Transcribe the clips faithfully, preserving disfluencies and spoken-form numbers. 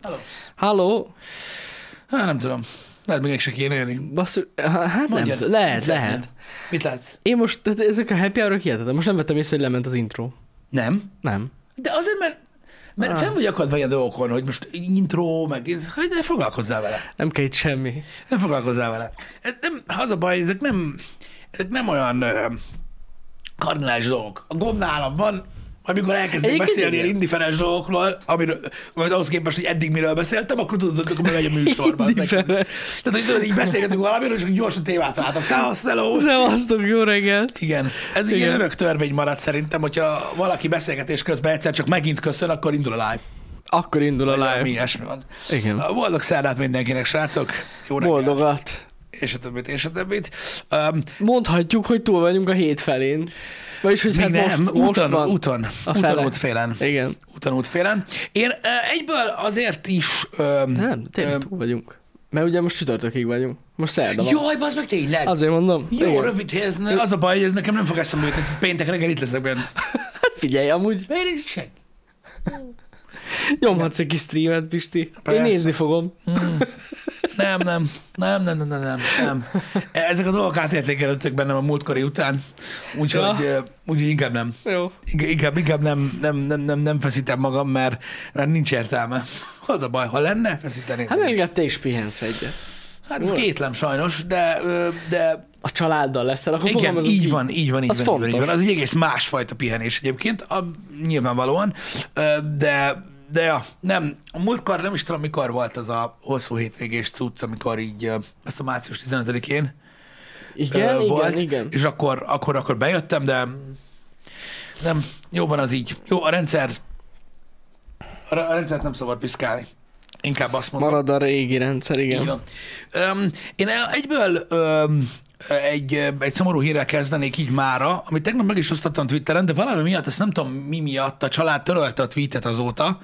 Halló. Halló? Hát nem tudom. Lehet még se kéne jönni. Basszus, hát Mondjad, nem, lehet, mit lehet. szeretnél? Mit látsz? Én most, tehát ezek a happy hour-ok hihetetlen. Most nem vettem észre, hogy lement az intro. Nem? Nem. De azért, mert, mert Ah. fenn vagy akadva ilyen dolgokon, hogy most intro, meg ez, hogy ne foglalkozzál vele. Nem kell itt semmi. Nem foglalkozzál vele. Ez nem, az a baj, ezek nem, ezek nem olyan ö, kardinális dolgok. A gond nálam van, amikor elkezdek Egyébként beszélni ilyen igen. indiferens dolgokról, amiről, majd ahhoz képest, hogy eddig miről beszéltem, akkor tudod, hogy megy a műsorban. Indiferens. Tehát, hogy tudod, így beszélgetünk valamiről, és akkor gyorsan témát váltok. Szevasz, hello! Szevasztok, jó reggelt! Igen, ez Igen. ilyen örök törvény maradt szerintem, hogyha valaki beszélgetés közben egyszer csak megint köszön, akkor indul a live. Akkor indul a Vagy live. Mi ilyesmi van. Igen. A boldog szerdát mindenkinek, srácok. Jó reggelt. Boldogat. És a többit, és a többit. Um, Mondhatjuk, hogy túl vagyunk a hét felén. Vagyis, hogy még hát nem, most, úton, most van úton, a úton, fele. útfélen. Igen. Úton, útfélen. Én uh, egyből azért is... Um, De nem, tényleg túl vagyunk. Mert ugye most csütörtökig vagyunk. Most szerda van. Jaj, bazd meg tényleg. Azért mondom. Jó, Igen. rövid, ez, az a baj, hogy ez nekem nem fog eszembe jutni, hogy péntek reggel itt leszek bent. Hát figyelj, amúgy Miért nincs senki? nyomhatsz egy kis streamet, Pisti. Persze. Én nézni fogom. Mm. Nem, nem, nem, nem, nem, nem, nem, nem. Ezek a dolgok átértékelődtek bennem a múltkori után, úgyhogy Ja. úgy, inkább nem. Jó. Inkább, inkább nem, nem, nem, nem, nem feszítem magam, mert, mert nincs értelme. Az a baj, ha lenne, feszíteném. Hát meg te is pihensz egyet. Hát ez kétlem sajnos, de, ö, de A családdal leszel, akkor igen, fogalmazunk így van, így van, így Az van, így van, így fontos. van. Az egy egész másfajta pihenés egyébként, a, nyilvánvalóan, Ö, de, de ja, nem, a múltkor nem is tudom, mikor volt az a hosszú hétvégés cucc, amikor így, ö, azt a március tizenötödikén Igen, ö, volt, igen, igen. és akkor, akkor, akkor bejöttem, de nem, jó van az így. Jó, a rendszer, a, a rendszert nem szabad piszkálni. Inkább azt mondom. Marad a régi rendszer, igen. Így van. Öm, én egyből öm, egy, egy szomorú hírrel kezdenék így mára, amit tegnap meg is osztottam Twitteren, de valami miatt, ezt nem tudom mi miatt, a család törölte a tweetet azóta.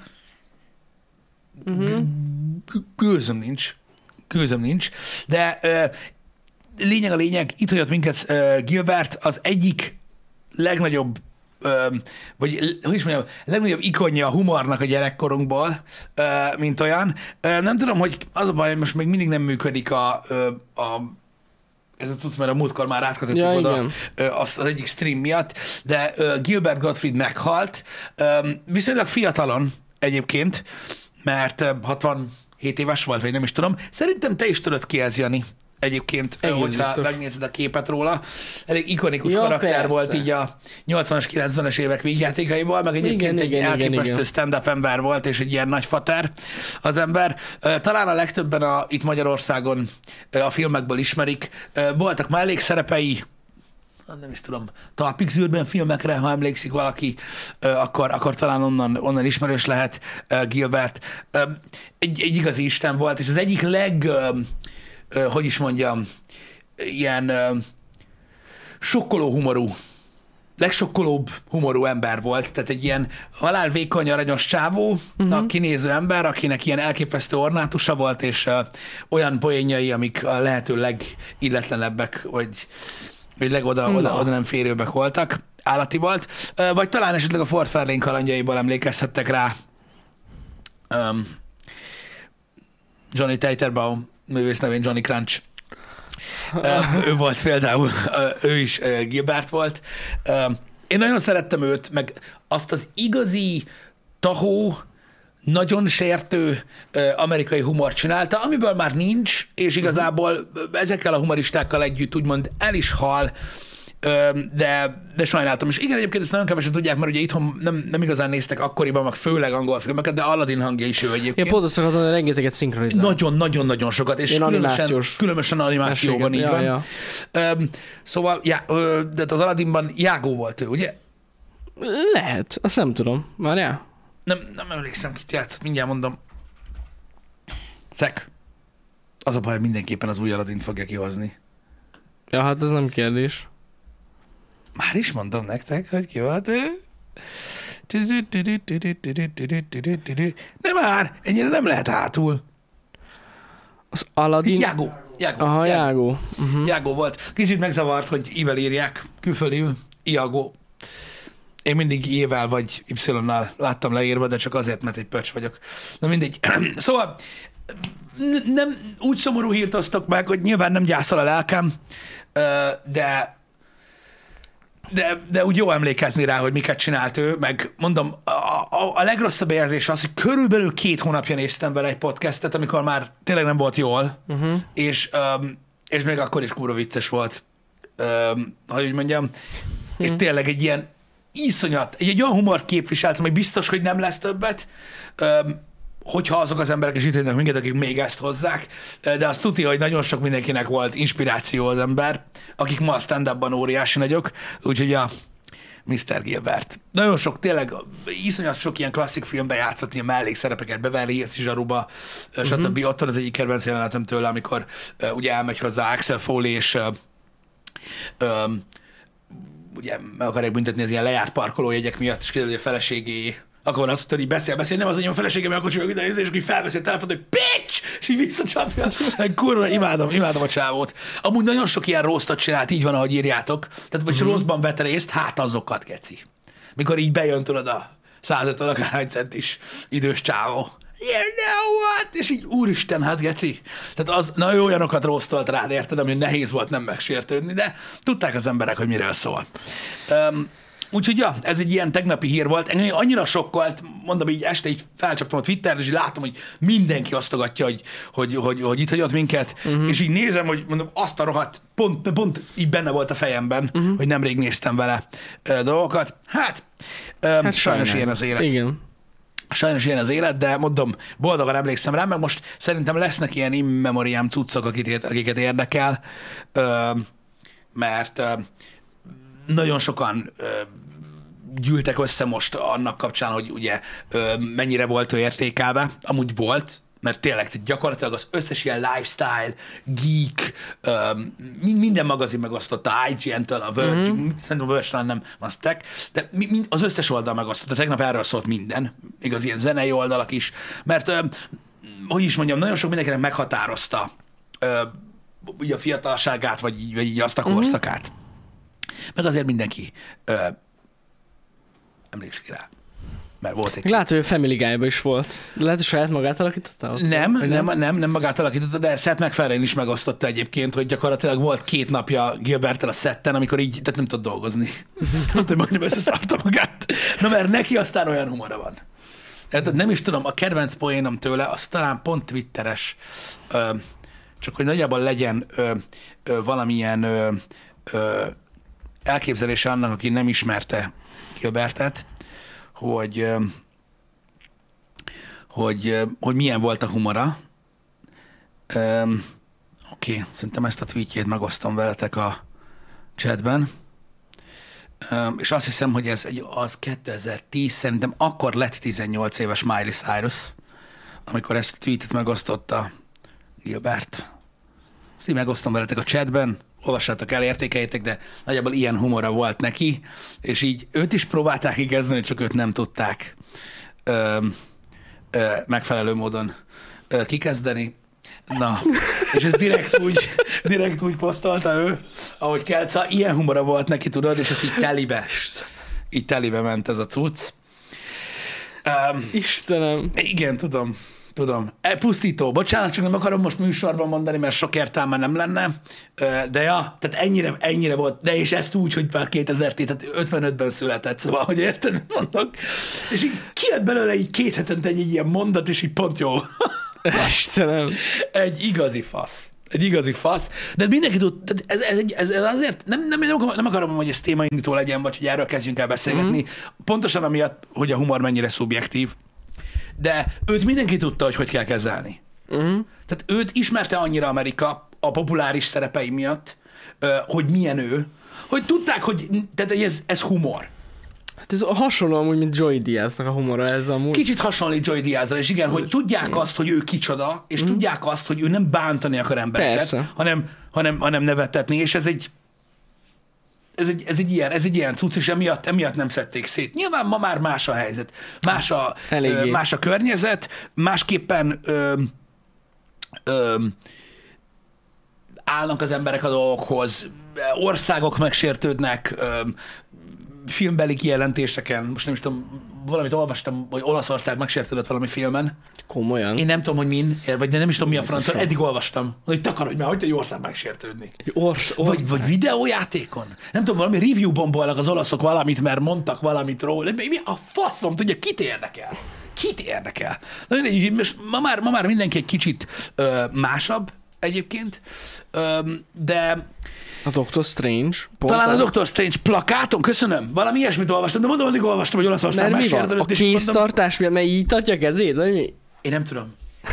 Uh-huh. Gőzöm nincs. Gőzöm nincs. De ö, lényeg a lényeg, itt hagyott minket ö, Gilbert, az egyik legnagyobb Ö, vagy hogy is mondjam, legnagyobb ikonja a humornak a gyerekkorunkból, ö, mint olyan. Ö, nem tudom, hogy az a baj, hogy most még mindig nem működik a, ö, a ez a tudsz, mert a múltkor már átkötöttük Ja, oda igen. ö, azt az egyik stream miatt, de ö, Gilbert Gottfried meghalt. Ö, viszonylag fiatalon egyébként, mert ö, hatvanhét éves volt, vagy nem is tudom. Szerintem te is tudod ki ez, Jani. Egyébként, ö, Egész hogyha biztos. megnézed a képet róla. Elég ikonikus Ja, karakter persze. volt így a nyolcvanas, kilencvenes évek vígjátékaiból, meg egyébként Igen, egy igen, igen, elképesztő igen. stand-up ember volt, és egy ilyen nagy fater az ember. Ö, Talán a legtöbben a, itt Magyarországon ö, a filmekből ismerik. Ö, Voltak mellékszerepei, nem is tudom, Talpig zűrben filmekre, ha emlékszik valaki, ö, akkor, akkor talán onnan, onnan ismerős lehet ö, Gilbert. Ö, Egy, egy igazi isten volt, és az egyik leg, ö, ö, hogy is mondjam, ilyen ö, sokkoló humorú, legsokkolóbb humorú ember volt, tehát egy ilyen halálvékony, aranyos csávónak uh-huh. kinéző ember, akinek ilyen elképesztő ornátusa volt, és ö, olyan poénjai, amik a lehető legilletlenebbek, vagy vagy legoda oda, oda nem férőbbek voltak, állati volt. Ö, Vagy talán esetleg a Ford Fairlane kalandjaiból emlékezhettek rá. Um, Johnny Teitelbaum, művész nevén Johnny Crunch. Ö, ő volt például, ö, ő is ö, Gilbert volt. Ö, Én nagyon szerettem őt, meg azt az igazi tahó, nagyon sértő ö, amerikai humort csinálta, amiből már nincs, és igazából ö, ezekkel a humoristákkal együtt úgymond el is hal, ö, de, de sajnáltam. És igen, egyébként ezt nagyon kevesen tudják, mert ugye itthon nem, nem igazán néztek akkoriban, meg főleg angol filmeket, de Aladdin hangja is ő egyébként. Én pont azt akartam, hogy rengeteget szinkronizál. Nagyon-nagyon-nagyon sokat, és Ilyen különösen, animációs különösen animációban így ja, van. ja. Öm, Szóval, já, ö, de az Aladdinban Jágó volt ő, ugye? Lehet, azt nem tudom. Várjál? Nem, nem emlékszem, kit játszott, mindjárt mondom. Szek. Az a baj, hogy mindenképpen az új Aladdint fogja kihozni. Ja, hát ez nem kérdés. Már is mondom nektek, hogy ki volt ő. Nem már, ennyire nem lehet hátul. Az Aladdin... Jágó. Jágó. Aha, Jágó. Jágó. Uh-huh. Jágó volt. Kicsit megzavart, hogy ível írják külföldiül. Iago. Én mindig J-vel vagy Y-nal láttam leírva, de csak azért, mert egy pöcs vagyok. Na mindegy. Szóval n- nem úgy szomorú hírt osztok meg, hogy nyilván nem gyászol a lelkem, de De, de úgy jó emlékezni rá, hogy miket csinált ő, meg mondom, a, a, a legrosszabb érzés az, hogy körülbelül két hónapja néztem vele egy podcastet, amikor már tényleg nem volt jól, uh-huh. és, um, és még akkor is kurva vicces volt, um, hogy úgy mondjam, uh-huh. és tényleg egy ilyen iszonyat, egy, egy olyan humort képviseltem, hogy biztos, hogy nem lesz többet, um, hogyha azok az emberek is itt jönnek minket, akik még ezt hozzák, de azt tudja, hogy nagyon sok mindenkinek volt inspiráció az ember, akik ma a stand-upban óriási nagyok, úgyhogy a miszter Gilbert. Nagyon sok, tényleg iszonyat sok ilyen klasszik filmben játszott, ilyen mellékszerepeket, Beverly Hills Zsaruba, uh-huh. stb. Ott van az egyik kedvenc jelenetem tőle, amikor uh, ugye elmegy hozzá Axel Foley, és uh, um, ugye meg akarják büntetni az ilyen lejárt parkolójegyek miatt, és kiderül, hogy a feleségé akkor azt tudod, hogy beszél, beszél, nem az enyém a feleségem, mert akkor csak ide, és akkor felveszi a telefont, hogy bitch! És így visszacsapja. Kurva, imádom, imádom a csávót. Amúgy nagyon sok ilyen roastot csinált, így van, ahogy írjátok. Tehát, vagy uh-huh. roastban vett részt, hát azokat, geci. Mikor így bejön, tudod, a százötven akárhány centis idős csávó. You know what? És így, úristen, hát geci. Tehát az, na ő olyanokat roastolt rád, érted, ami nehéz volt nem megsértődni, de tudták az emberek, hogy miről szól. Um, Úgyhogy ja, ez egy ilyen tegnapi hír volt. Engem annyira sokkolt, mondom így este így felcsaptam a Twittert, és így látom, hogy mindenki osztogatja, hogy, hogy, hogy, hogy itt hagyott minket, uh-huh. és így nézem, hogy mondom, azt a rohadt, pont, pont így benne volt a fejemben, uh-huh. hogy nemrég néztem vele uh, dolgokat. Hát, um, hát sajnos ilyen az élet. Igen. Sajnos ilyen az élet, de mondom, boldogan emlékszem rá, meg most szerintem lesznek ilyen in memoriam cuccok, akiket, akiket érdekel, uh, mert uh, nagyon sokan ö, gyűltek össze most annak kapcsán, hogy ugye ö, mennyire volt ő értékelve. Amúgy volt, mert tényleg gyakorlatilag az összes ilyen lifestyle, geek, ö, minden magazin megosztotta, I G N-től, a Verge, mm-hmm. szerintem a Verge talán nem aztek, de mi, az összes oldal megosztotta. Tegnap erről szólt minden, igaz, ilyen zenei oldalak is, mert ö, hogy is mondjam, nagyon sok mindenkinek meghatározta ö, ugye a fiatalságát, vagy így, vagy így azt a korszakát. Mm-hmm. Meg azért mindenki ö, emlékszik rá, mert volt egy... Látod, hogy a Family Guy-ban is volt. De lehet, hogy saját magát alakította? Ott? Nem, nem, nem, nem, nem magát alakította, de Seth MacFarlane is megosztotta egyébként, hogy gyakorlatilag volt két napja Gilberttel a szetten, amikor így, tehát nem tud dolgozni. Nem tudom, majdnem összeszarta magát. Na, mert neki aztán olyan humora van. Tehát nem is tudom, a kedvenc poénom tőle, az talán pont twitteres, ö, csak hogy nagyjából legyen ö, ö, valamilyen ö, ö, elképzelése annak, aki nem ismerte Gilbertet, hogy, hogy, hogy milyen volt a humora. Um, Oké, okay, szerintem ezt a tweetjét megosztom veletek a chatben. Um, és azt hiszem, hogy ez egy, az kétezer-tíz, szerintem akkor lett tizennyolc éves Miley Cyrus, amikor ezt a tweetet megosztotta Gilbert. Ezt így megosztom veletek a chatben, olvassátok el, értékeljétek, de nagyjából ilyen humora volt neki, és így őt is próbálták igazdani, csak őt nem tudták ö, ö, megfelelő módon ö, kikezdeni. Na, és ez direkt úgy, direkt úgy posztolta ő, ahogy kell, szóval ilyen humora volt neki, tudod, és ez így telibe, így telibe ment ez a cucc. Um, Istenem. Igen, tudom. Tudom. E, pusztító. Bocsánat, csak nem akarom most műsorban mondani, mert sok értelme nem lenne. De ja, tehát ennyire, ennyire volt. De és ezt úgy, hogy már kétezer-tíz, tehát ötvenötben született, szóval, hogy érted, mit mondok. És így kijött belőle így két hetente egy, egy ilyen mondat, és így pont jó. Istenem. Egy igazi fasz. Egy igazi fasz. De ez mindenki tud, ez, ez, ez, ez azért, nem, nem, nem, akarom, nem akarom, hogy ez témaindító legyen, vagy hogy erről kezdjünk el beszélgetni. Mm. Pontosan amiatt, hogy a humor mennyire szubjektív. De őt mindenki tudta, hogy hogy kell kezelni. Uh-huh. Tehát őt ismerte annyira Amerika a populáris szerepei miatt, hogy milyen ő, hogy tudták, hogy tehát ez, ez humor. Hát ez hasonló amúgy, mint Joey Diaznak a humora ez amúgy. Kicsit hasonlít Joey Diazra, és igen, hogy tudják azt, hogy ő kicsoda, és uh-huh. tudják azt, hogy ő nem bántani akar embereket, hanem, hanem, hanem nevettetni, és ez egy Ez egy, ez egy ilyen, ez egy ilyen cucc, és emiatt, emiatt nem szedték szét. Nyilván ma már más a helyzet, más a, ö, más a környezet, másképpen ö, ö, állnak az emberek a dolgokhoz, országok megsértődnek, ö, filmbeli kijelentéseken, most nem is tudom, valamit olvastam, hogy Olaszország megsértődött valami filmen. Komolyan? Én nem tudom, hogy min, vagy nem is tudom, mi a Ez francia, sok. eddig olvastam, hogy takarodj már, hogy egy ország megsértődni. Egy Orsz, Vagy, vagy videójátékon. Nem tudom, valami review bombolnak az olaszok valamit, mert mondtak valamit róla. Mi, mi a faszom, tudja, kit érdekel? Kit érdekel? Na, mindegy, most ma már, ma már mindenki egy kicsit ö, másabb egyébként, ö, de A Doctor Strange. Pont talán a az- Doctor Strange plakáton, köszönöm, valami ilyesmit olvastam, de mondom, addig olvastam, hogy Olaszország Mert mi van? A megsértődött, és mondom, kéztartás miatt, mert így tartja a kezét, vagy mi? én nem tudom.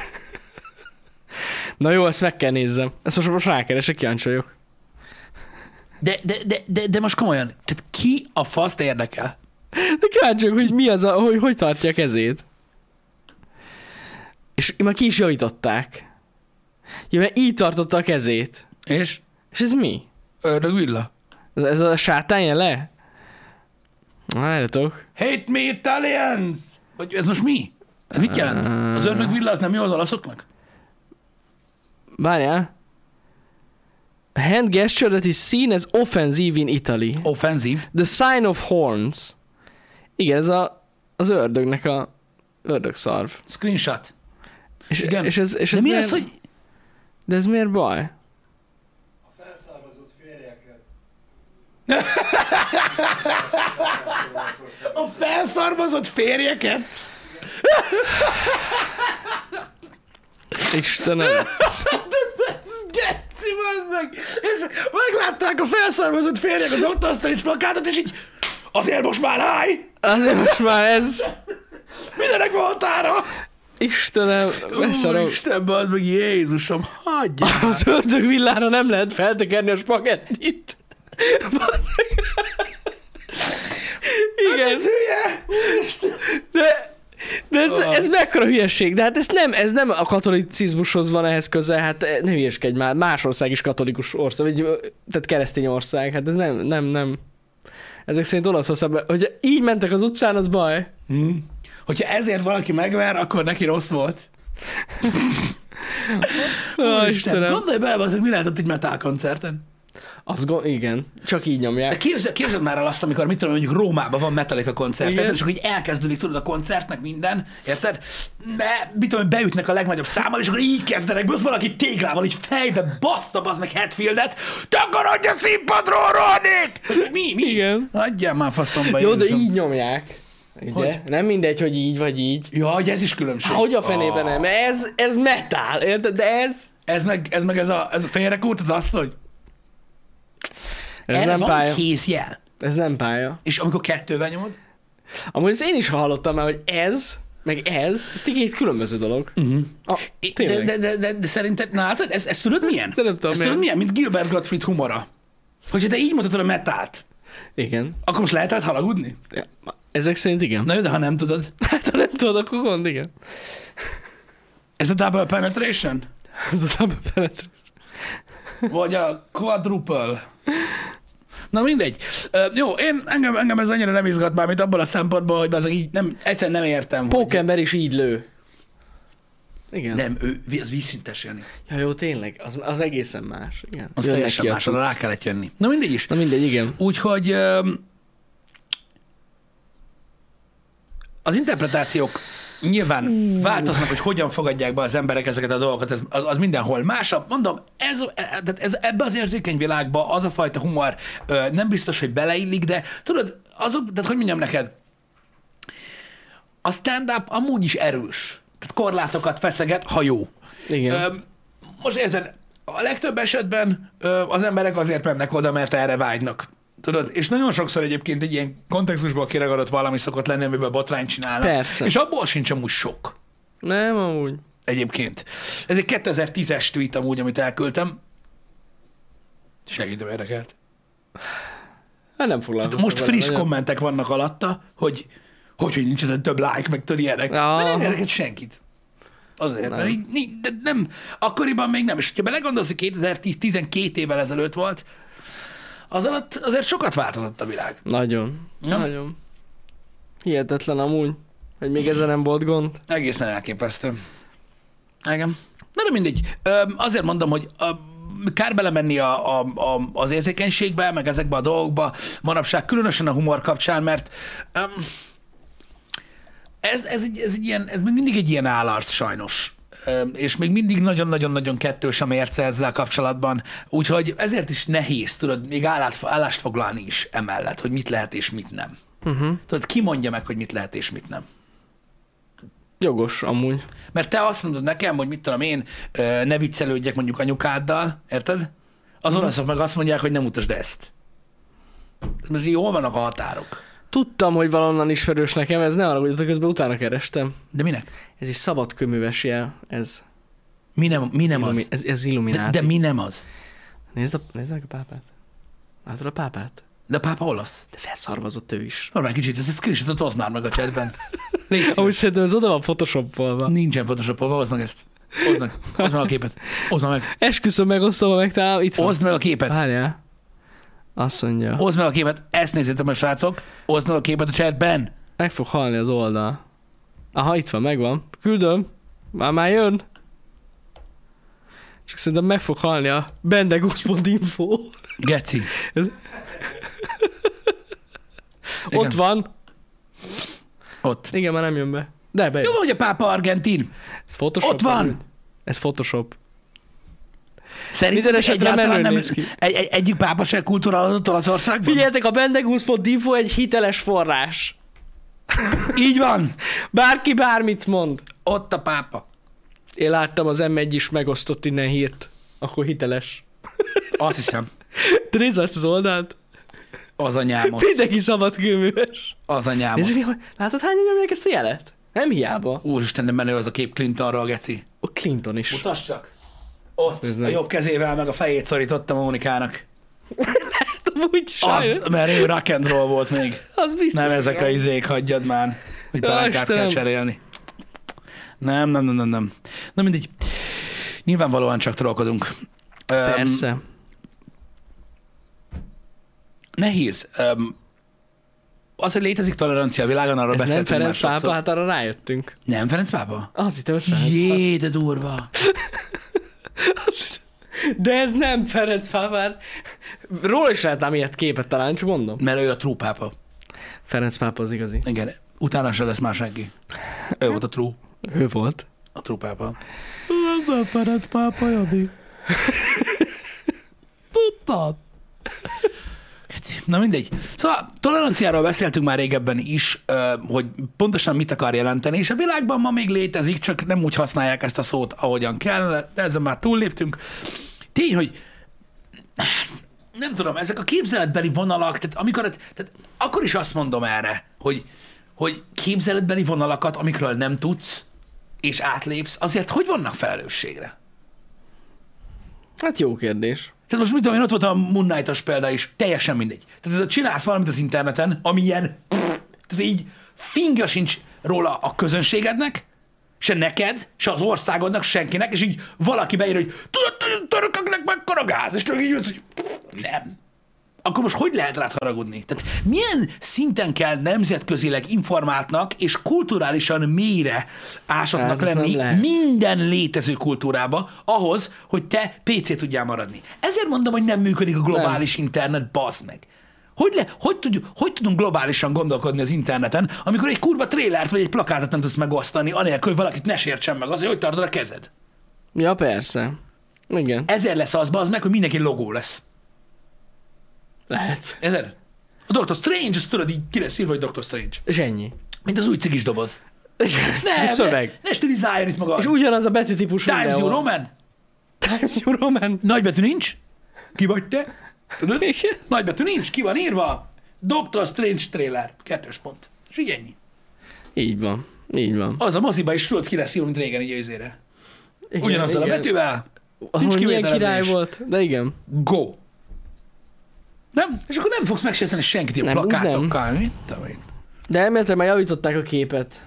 Na jó, ezt meg kell nézzem. Ezt most, most rákeresek, kíváncsi vagyok. De, de, de, de, de most komolyan, tehát ki a faszt érdekel? De kíváncsi vagyok, hogy mi az a, hogy, hogy tartja a kezét. És már ki is javították. Ja, mert így tartotta a kezét. És? És ez mi? Ördög villa. Ez, ez a sátán jele? Várjatok. Hate me Italians! Vagy ez most mi? Ez mit jelent? Az ördög villa az nem jó az olaszoknak? Várjál. A hand gesture that is seen as offensive in Italy. Offenzív. The sign of horns. Igen, ez a, az ördögnek a ördögszarv. Screenshot. És, Igen. és ez, és De ez mi miért, az, hogy... De ez miért baj? A felszármazott férjeket. A felszarmazott férjeket? Istenem. Ez geci, bazdmeg! És meglátták a felszarmazott férjek a doktor Strange plakátot, és így azért most már állj! Azért most már ez... Mindenek van határa! Istenem, beszarok. Úristen, bazd meg, Jézusom, hagyja! Az ördög villára nem lehet feltekerni a spagettit. Bazd meg. Igen. Ez hülye! Úristen! De, de ez, Ah. ez mekkora hülyeség. De hát ez nem, ez nem a katolicizmushoz van ehhez köze. Hát ne hülyeskedj már. Más ország is katolikus ország. Vagy, tehát keresztény ország. Hát ez nem, nem, nem. Ezek szerint Olaszországban, hogy így mentek az utcán, az baj. Hm. Hogyha ezért valaki megver, akkor neki rossz volt. Ó, Úristen, Istenem. gondolj bele, az, mi lehet ott egy metal koncerten. Az go- igen. Csak így De nyomják. képzeld, képzeld már el azt, amikor mit tudom, mondjuk Rómában van Metallica koncert, Igen. érted? És akkor így elkezdődik, tudod, a koncert, meg minden, érted? Mert mit tudom, beütnek a legnagyobb számmal, és akkor így kezdenek, be, az valaki téglával, így fejbe bassza, az meg Hetfieldet, takarodj a színpadról, Ronik! Mi, mi? Igen. Adjál már faszomba, Jó, de Jézusom. így nyomják. Ugye? Hogy? Nem mindegy, hogy így vagy így. Ja, hogy ez is különbség. Há, hogy a fenében Ah. nem? Ez, ez metal, érted? De ez... Ez meg, ez meg ez a, ez a félrekút, az asszony. Ez Erre nem van pálya. kézjel. Ez nem pálya. És amikor kettővel nyomod? Amúgy ezt én is hallottam már, hogy ez, meg ez, ez két különböző dolog. Uh-huh. Ah, De, tényleg. de, de, de, de szerinted, na látod, ez, ez tudod milyen? De nem tudom, ez milyen. tudod milyen, mint Gilbert Gottfried humora. Hogyha te így mutatod a metált, Igen. akkor most lehet rajta halagudni? Ja. Ezek szerint igen. Na jó, de ha nem tudod. Hát ha nem tudod, akkor gond, igen. Ez a double penetration? Az a double penetration. Vagy a quadruple? Na mindegy. Ö, jó, én, engem, engem ez annyira nem izgat már, mint abban a szempontból, hogy azok így nem, egyszerűen nem értem. hogy- Pókember is így lő. Igen. Nem, ő, ez vízszintes, Jani. Ja, jó, tényleg. Az, az egészen más. Igen. Az Jönnek teljesen ki a másra cucc. rá kellett jönni. Na mindegy is. Na mindegy, igen. Úgyhogy öm, az interpretációk nyilván változnak, hogy hogyan fogadják be az emberek ezeket a dolgokat, ez, az, az mindenhol másabb. Mondom, ez, ez, ez, ebbe az érzékeny világba az a fajta humor ö, nem biztos, hogy beleillik, de tudod, azok, tehát hogy mondjam neked, a stand-up amúgy is erős. Tehát korlátokat feszeget, ha jó. Igen. Ö, most érted, a legtöbb esetben ö, az emberek azért mennek oda, mert erre vágynak. Tudod? És nagyon sokszor egyébként egy ilyen kontextusból kiragadott valami szokott lenni, amiben botrányt csinálnak. Persze. És abból sincs amúgy sok. Nem, amúgy. Egyébként. Ez egy kétezer-tízes tweet amúgy, amit elküldtem. Segítem, érdekelt. Hát nem foglalkoztam. Most vele friss nagyon. kommentek vannak alatta, hogy hogy, hogy nincs ezen több like, meg tudod ilyenek. Ja. Mert nem érdekelt senkit. Azért, Nem. mert így, ní- de nem, akkoriban még nem. És ha belegondolsz, hogy kétezer-tíz, tizenkét évvel ezelőtt volt, az alatt azért sokat változott a világ. Nagyon. Ja. Nagyon. Hihetetlen amúgy, hogy még ezen nem volt gond. Egészen elképesztő. Igen. Na de mindegy. Ö, azért mondom, hogy ö, kár belemenni a, a, a, az érzékenységbe, meg ezekbe a dolgokba manapság, különösen a humor kapcsán, mert um, ez, ez, egy, ez, egy ilyen, ez még mindig egy ilyen állarc sajnos. Um, és még mindig nagyon-nagyon-nagyon kettős a mérce ezzel kapcsolatban, úgyhogy ezért is nehéz, tudod, még állát, állást foglalni is emellett, hogy mit lehet és mit nem. Uh-huh. Tudod, ki mondja meg, hogy mit lehet és mit nem. Jogos, amúgy. Mert te azt mondod nekem, hogy mit tudom én, ne viccelődjek mondjuk anyukáddal, érted? Az Mhm. olaszok meg azt mondják, hogy nem utasd ezt. Most így hol vannak a határok? Tudtam, hogy valonnan ismerős nekem, ez ne arra, hogy közben utána kerestem. De minek? Ez egy szabad köműves jel, ez. Mi nem, mi nem ez, az? illumi- ez, ez De, illumináti. de mi nem az? Nézd, a, nézd meg a pápát. Látod a pápát? De a pápa olasz. De felszarvazott ő is. Normál kicsit, ezt a screenshotot hozd már meg a chatben. Légy szíves. Amúgy szerintem ez oda van photoshopolva. Nincsen photoshopolva, hozd meg ezt. Hozd meg. Hozd meg a képet. Hozd meg. Esküszöm, megosztom, megtalálom, itt van. Hozd meg a képet. Várjál. Azt mondja. Hozd meg a képet. Ezt nézzétek meg, srácok. Hozd meg a képet a chatben. Meg fog halni az oldal. Aha, itt van, megvan. Küldöm. Már már jön. Csak szerintem meg fog halni a bendegus.info. Geci. Ez... Ott van. Ott. Igen, már nem jön be. De bejön. Jó van, hogy a pápa argentin. Ez Photoshop. Ott van. amúgy. Ez Photoshop. Szerintem Minden esetre egyáltalán menőn nem, néz ki. egy, egy, egyik pápa se kulturálódott Olaszországban? Figyeljetek, a bendegus.info egy hiteles forrás. Így van. Bárki bármit mond. Ott a pápa. Én láttam, az em egy is megosztott innen hírt. Akkor hiteles. Azt hiszem. De nézd ezt az oldalt. Az anyámot. Mindenki szabadkőműves. Az anyámot. Nézd, mi, hogy látod, hányan nyomják ezt a jelet? Nem hiába. Úristen, de menő az a kép Clintonról, geci. A Clinton is. Mutasd csak. Ott, Nézd a meg. jobb kezével meg a fejét szorítottam a Mónikának. Úgy sajnos. Az, mert ő rock and roll volt még. Az biztos. Nem ezek a izék, hagyjad már, hogy Ja, pelenkát kell Istenem. cserélni. Nem, nem, nem, nem, nem. Na mindegy. Nyilvánvalóan csak trollkodunk. Öm, Persze. Nehéz. Öm, az, hogy létezik tolerancia a világon, arról Ez nem beszéltünk Ferenc már pápa, sokszor. hát arra rájöttünk. Nem Ferenc pápa? Az hittem, hogy Ferenc pápa. Jé, de durva. Az- De ez nem Ferenc pápa. hát Róla is lehetnám ilyet képet találni, csak mondom. Mert ő a true pápa. Ferenc pápa az igazi. Igen, utána se lesz már senki. Ő volt a true. Ő volt. A true pápa. Nem Ferenc pápa, Jani. Tudtad? Na mindegy. Szóval toleranciáról beszéltünk már régebben is, ö, hogy pontosan mit akar jelenteni, és a világban ma még létezik, csak nem úgy használják ezt a szót, ahogyan kellene, de ezen már túlléptünk. Tény, hogy nem tudom, ezek a képzeletbeli vonalak, tehát amikor, tehát akkor is azt mondom erre, hogy, hogy képzeletbeli vonalakat, amikről nem tudsz, és átlépsz, azért hogy vannak felelősségre? Hát jó kérdés. Tehát most mit tudom, én ott volt a Moon Knight-os példa is, teljesen mindegy. Tehát ez a csinálsz valamit az interneten, ami ilyen, tehát így fingja sincs róla a közönségednek, se neked, se az országodnak, senkinek, és így valaki beír, hogy tudod, hogy a törököknek mekkora gáz, és tudod, így jössz, hogy nem. Akkor most hogy lehet rád haragudni? Tehát milyen szinten kell nemzetközileg informáltnak és kulturálisan mélyre ásottnak Hát, ez nem lenni lehet. minden létező kultúrába ahhoz, hogy te pé cé tudjál maradni. Ezért mondom, hogy nem működik a globális nem. internet, bazd meg. Hogy, le, hogy, tudjuk, hogy tudunk globálisan gondolkodni az interneten, amikor egy kurva trélert vagy egy plakátot nem tudsz megosztani, anélkül, hogy valakit ne sértsen meg, azért, hogy tartod a kezed. Ja, persze. Igen. Ezért lesz az, bazd meg, hogy mindenki logó lesz. Lehet. Ezért? A doktor Strange, azt tudod, így ki lesz írva, hogy doktor Strange. És ennyi. Mint az új cigis doboz. Igen. Ne, És szöveg. Ne, ne stilizáljon itt maga. És ugyanaz a betűtípus Times New mindenhol. Roman. Times New Roman. Nagybetű nincs. Ki vagy te? Tudod? Igen. Nagybetű nincs. Ki van írva? doktor Strange trailer. Kettős pont. És így ennyi. Így van. Így van. Az a moziba is tudod, ki lesz írva, mint régen így őzére. Igen, Ugyanazzal a igen. betűvel. Ahol Nincs milyen kivételezés. király volt. De igen. Go. Nem? És akkor nem fogsz megsérteni senkit ilyen Nem, úgy plakátokkal. Mit tudom én. De elméletileg már javították a képet.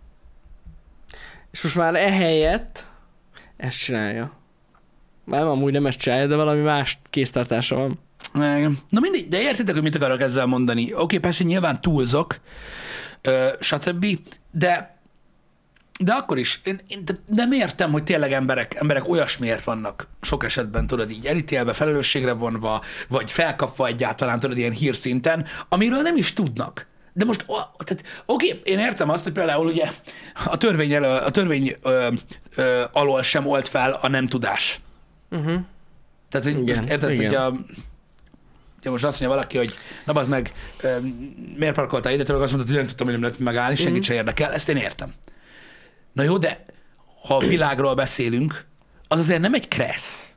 És most már ehelyett ezt csinálja. Már nem, amúgy nem ezt csinálja, de valami más kéztartása van. Igen. Na mindegy, de értitek, hogy mit akarok ezzel mondani. Oké, persze nyilván túlzok, ö, stb., de De akkor is, én, én de nem értem, hogy tényleg emberek, emberek olyasmiért vannak sok esetben, tudod, így elítélve, felelősségre vonva, vagy felkapva egyáltalán, tudod, ilyen hírszinten, amiről nem is tudnak. De most, tehát, oké, én értem azt, hogy például ugye a törvény, elő, a törvény ö, ö, alól sem olt fel a nem tudás. Uh-huh. Tehát, hogy Igen, most érted, igen. hogy a, ugye most azt mondja valaki, hogy na bazd meg, ö, miért parkoltál ide, tőle azt mondta, hogy nem tudtam, hogy nem lehet megállni, senkit Mhm. se érdekel, ezt én értem. Na jó, de ha a világról beszélünk, az azért nem egy kressz.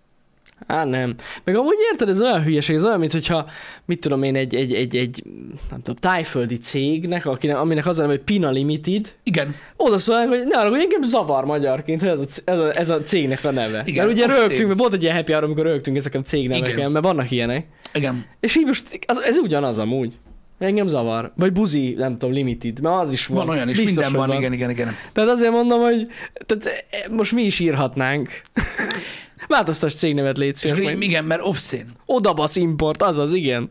Á, nem. Meg amúgy érted, ez olyan hülyeség, ez olyan, mint hogyha, mit tudom én, egy, egy, egy, egy nem tudom, tájföldi cégnek, akinek, aminek az a neve, hogy Pina Limited, Igen. oda szólnak, hogy ne arra, hogy engem zavar magyarként, hogy ez a, c- ez a, ez a cégnek a neve. Igen, mert ugye obszén. rögtünk, mert volt egy ilyen happy hour, amikor rögtünk ezeken a cégneveken, Igen. mert vannak ilyenek. Igen. És így most, az, ez ugyanaz amúgy. Engem zavar. Vagy buzi, nem tudom, limited, mert az is van. Van olyan is, Biztos, minden hogy van, igen, igen, igen. Tehát azért mondom, hogy tehát most mi is írhatnánk. Változtass cégnevet, légy És szíves. akkor majd. így, igen, mert obszén. Odabasz import, azaz, igen.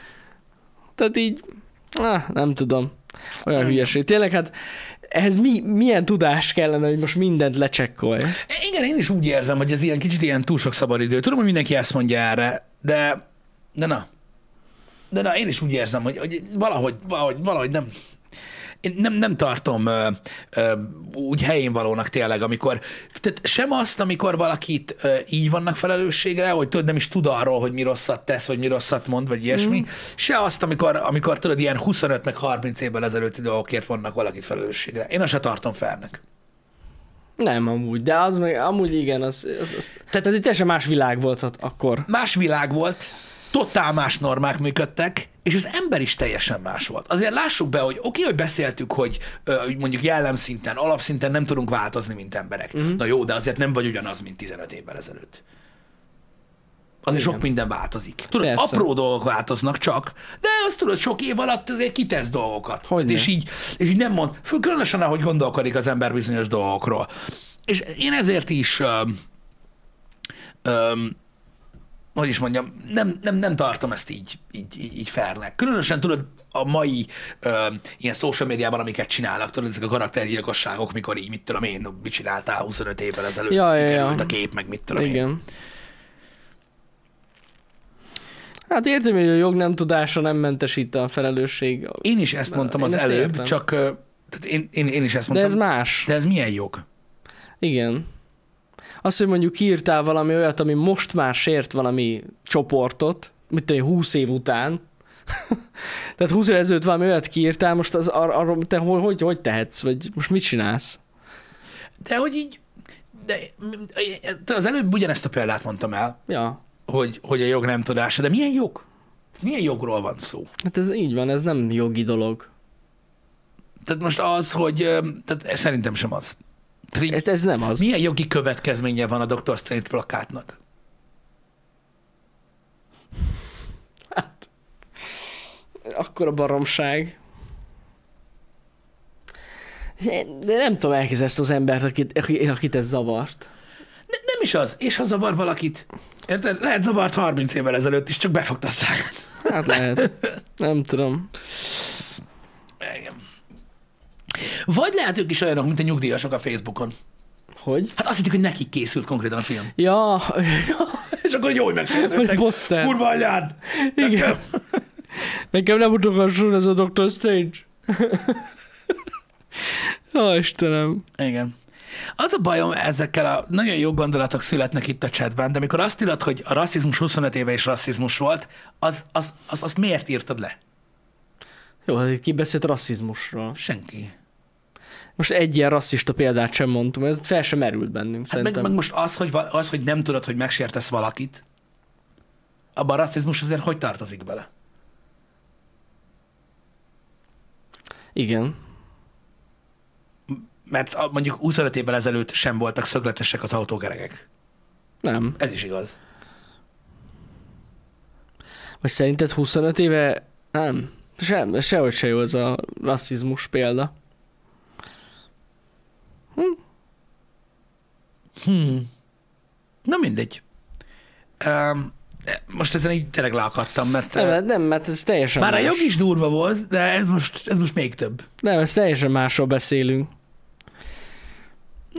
Tehát így, ah, nem tudom. Olyan hülyeség. Tényleg, hát ehhez mi, milyen tudás kellene, hogy most mindent lecsekkolj? Igen, én is úgy érzem, hogy ez ilyen kicsit ilyen túl sok szabadidő. Tudom, hogy mindenki ezt mondja erre, de, de na. De na, én is úgy érzem, hogy, hogy valahogy, valahogy, valahogy nem, én nem, nem tartom ö, ö, úgy helyén valónak tényleg, amikor, tehát sem azt, amikor valakit ö, így vannak felelősségre, hogy tudod, nem is tud arról, hogy mi rosszat tesz, vagy mi rosszat mond, vagy ilyesmi, mm. se azt, amikor, amikor tudod, ilyen huszonöt meg harminc évvel ezelőtti dolgokért vannak valakit felelősségre. Én azt se tartom felnek. Nem amúgy, de az meg, amúgy igen, az, az, az tehát ez egy teljesen más világ volt ott akkor. Más világ volt, totál más normák működtek, és az ember is teljesen más volt. Azért lássuk be, hogy oké, okay, hogy beszéltük, hogy ö, mondjuk jellemszinten, alapszinten nem tudunk változni, mint emberek. Mhm. Na jó, de azért nem vagy ugyanaz, mint tizenöt évvel ezelőtt. Azért Igen. sok minden változik. Tudod, Persze. apró dolgok változnak csak, de azt tudod, sok év alatt azért kitesz dolgokat. Hogyne. És így, és így nem mond, fő, különösen ahogy gondolkodik az ember bizonyos dolgokról. És én ezért is öm, öm, hogy is mondjam, nem, nem, nem tartom ezt így, így, így, így fairnek. Különösen tudod, a mai ö, ilyen social médiában, amiket csinálnak, tudod, ezek a karaktergyilkosságok, mikor így, mit tudom én, mit csináltál huszonöt évvel ezelőtt, Ja, ja, kikerült ja. a kép, meg mit tudom én. Igen. Hát értem, hogy a jog nem tudása nem mentesít a felelősség. Én is ezt mondtam Én az ezt előbb, értem. csak ö, tehát én, én, én is ezt De mondtam. ez más. De ez milyen jog? Igen. Az, hogy mondjuk kiírtál valami olyat, ami most már sért valami csoportot, mit tudom, én, húsz év után. Tehát húsz év ezelőtt valami olyat kiírtál, most az, ar- arról te hogy, hogy, hogy tehetsz, vagy most mit csinálsz? De hogy így, de te az előbb ugyanezt a példát mondtam el, Ja, hogy, hogy a jog nem tudása, de milyen jog? Milyen jogról van szó? hát ez így van, ez nem jogi dolog. Tehát most az, hogy ö, tehát szerintem sem az. Tehát így, Ez, ez nem az. milyen jogi következménye van a doktor Strange plakátnak? Akkor a baromság. De nem tudom elképzelni ezt az embert, akit, akit ez zavart. Ne, nem is az. És ha zavar valakit, érted? Lehet zavart harminc évvel ezelőtt is, csak befogta a száját. Hát lehet. Nem tudom. Igen. Vagy lehet ők is olyanok, mint a nyugdíjasok a Facebookon. Hogy? Hát azt hittik, hogy nekik készült konkrétan a film. Ja, És akkor jó, hogy vagy megsértődtek. poszter. Kurva anyád! Igen. Nekem. Nekem nem utogasson ez a doktor Strange. Ó, Istenem. Igen. Az a bajom ezekkel a nagyon jó gondolatok születnek itt a chatben, de amikor azt írod, hogy a rasszizmus huszonöt éve is rasszizmus volt, az, az, az, azt miért írtad le? Jó, hát itt ki beszélt rasszizmusról. Senki. Most egy ilyen rasszista példát sem mondtam, ez fel sem merült bennünk, Hát meg, szerintem. meg most az hogy, va- az, hogy nem tudod, hogy megsértesz valakit, abban a rasszizmus azért hogy tartozik bele? Igen. Mert a- mondjuk huszonöt évvel ezelőtt sem voltak szögletesek az autókerekek. Nem. Ez is igaz. Vagy szerinted huszonöt éve? Nem. Sem, sehogy se jó ez a rasszizmus példa. Hmm. Na mindegy. Um, most ezen így tényleg leakadtam, mert Nem, uh, hát nem, mert ez teljesen már a más. jog is durva volt, de ez most, ez most még több. Nem, ez teljesen másról beszélünk.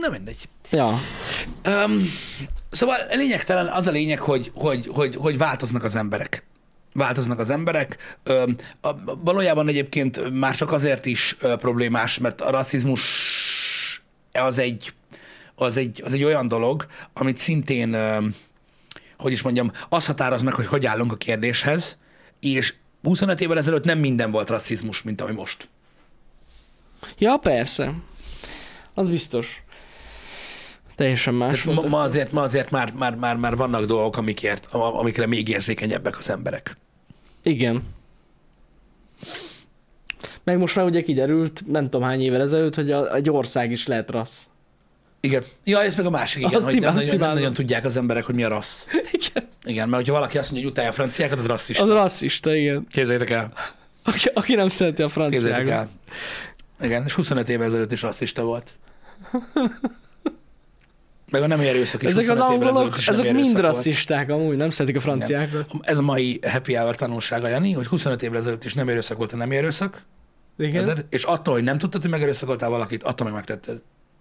Nem mindegy. Ja. Um, szóval lényegtelen az a lényeg, hogy, hogy, hogy, hogy változnak az emberek. Változnak az emberek. Um, a, valójában egyébként már csak azért is uh, problémás, mert a rasszizmus az egy, az egy, az egy olyan dolog, amit szintén, um, hogy is mondjam, az határoz meg, hogy hogy állunk a kérdéshez, és huszonöt évvel ezelőtt nem minden volt rasszizmus, mint ami most. Ja, persze. Az biztos. Teljesen más Ma, volt. ma azért, ma azért már, már, már, már vannak dolgok, amikért, amikre még érzékenyebbek az emberek. Igen. Meg most már ugye kiderült, nem tudom hány évvel ezelőtt, hogy a, egy ország is lehet rassz. Igen. Ja, ez meg a másik, igen, Azt hogy im- nem azt nagyon, nem imádom. nagyon tudják az emberek, hogy mi a rassz. Igen. Igen, mert hogyha valaki azt mondja, hogy utálja a franciákat, az rasszista. Az rasszista, igen. Képzeljétek el. Aki, aki nem szereti a Képzeljétek franciákat. el. Igen, és huszonöt évvel ezelőtt is rasszista volt. Meg a nem erőszak is Ezek az huszonöt évvel angolok, ezelőtt is nem ezek mind erőszak volt. rasszisták amúgy, nem szeretik a franciákat. Ez a mai happy hour tanulsága, Jani, hogy huszonöt évvel ezelőtt is nem erőszak volt a nem erőszak. Igen. Érted? És attól, hogy nem tudtad, hogy megerőszakoltál valakit, attól meg megtetted.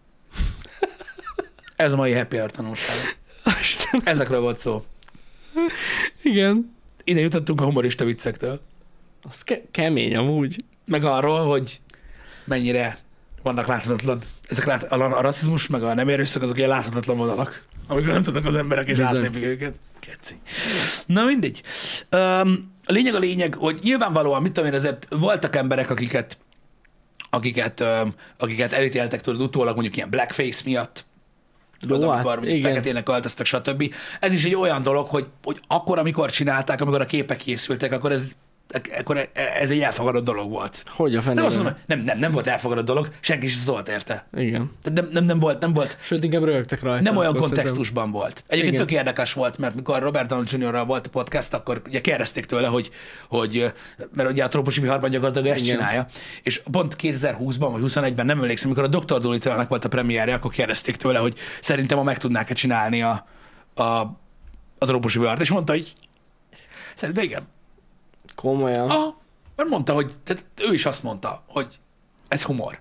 Ez a mai happy hour tanulsága. Isten. Ezekről volt szó. Igen. Ide jutottunk a humorista viccektől. Az ke- kemény amúgy. Meg arról, hogy mennyire vannak láthatatlan. Ezek lát, a, a rasszizmus, meg a nem erőszak, azok ilyen láthatatlan vonalak, amikről nem tudnak az emberek, és Bizony. átlépik őket. Keci. Na mindegy. Um, a lényeg a lényeg, hogy nyilvánvalóan, mit tudom én, ezért voltak emberek, akiket akiket, um, akiket elítéltek tudod utólag, mondjuk ilyen blackface miatt, tudod, Jó, hát, amikor mondjuk igen. feketének öltöztek, stb. Ez is egy olyan dolog, hogy, hogy akkor, amikor csinálták, amikor a képek készültek, akkor ez, akkor ez egy elfogadott dolog volt. Hogy a Nem, fenében? azt mondom, nem, nem, nem volt elfogadott dolog, senki sem szólt érte. Igen. Tehát nem, nem, nem volt, nem volt, Sőt, inkább rögtek rajta. nem olyan akkor kontextusban volt. Egyébként Igen. tök érdekes volt, mert mikor Robert Downey juniorral volt a podcast, akkor ugye kérdezték tőle, hogy, hogy mert ugye a trópusi viharban gyakorlatilag ezt Igen. csinálja, és pont kétezer-húszban vagy huszonegyben nem emlékszem, amikor a doktor Dolittle-nek volt a premierje, akkor kérdezték tőle, hogy szerintem ma meg tudnák-e csinálni a, a, a trópusi vihart, és mondta, hogy szerintem igen. Komolyan. Ah, mert mondta, hogy tehát ő is azt mondta, hogy ez humor.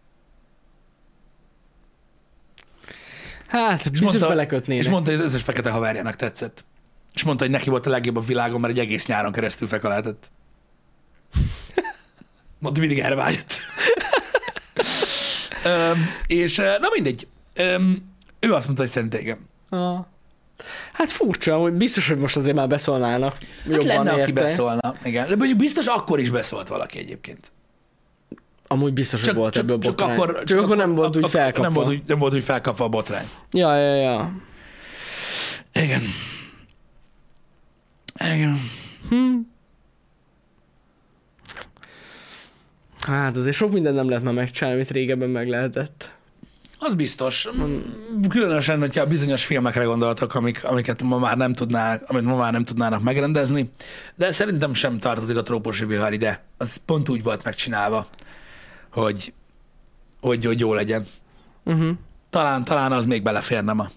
Hát, biztos mondta, belekötnének. És mondta, hogy az összes fekete haverjának tetszett. És mondta, hogy neki volt a legjobb a világon, mert egy egész nyáron keresztül fekaláltett. Mondta, mindig erre vágyott. Öm, és na mindegy. Öm, ő azt mondta, hogy szerintem igen. Ah. Hát furcsa, hogy biztos, hogy most azért már beszólnának. Hát lenne, aki érte. beszólna. Igen. De mondjuk biztos akkor is beszólt valaki egyébként. Amúgy biztos, hogy Csak, volt csak, ebből csak, botrány. akkor, csak akkor nem volt ak- úgy ak- felkapva. Nem volt úgy, nem volt úgy felkapva a botrány. Ja, ja, ja. Igen. Igen. Hm. Hát azért sok mindent nem lehet már megcsinálni, amit régebben meg lehetett. Az biztos. Különösen, hogyha bizonyos filmekre gondoltak, amik, amiket ma már nem tudnál, amit ma már nem tudnának megrendezni, de szerintem sem tartozik a trópusi vihar ide. Az pont úgy volt megcsinálva, hogy, hogy, hogy jó legyen. Uh-huh. Talán, talán az még beleférne ma.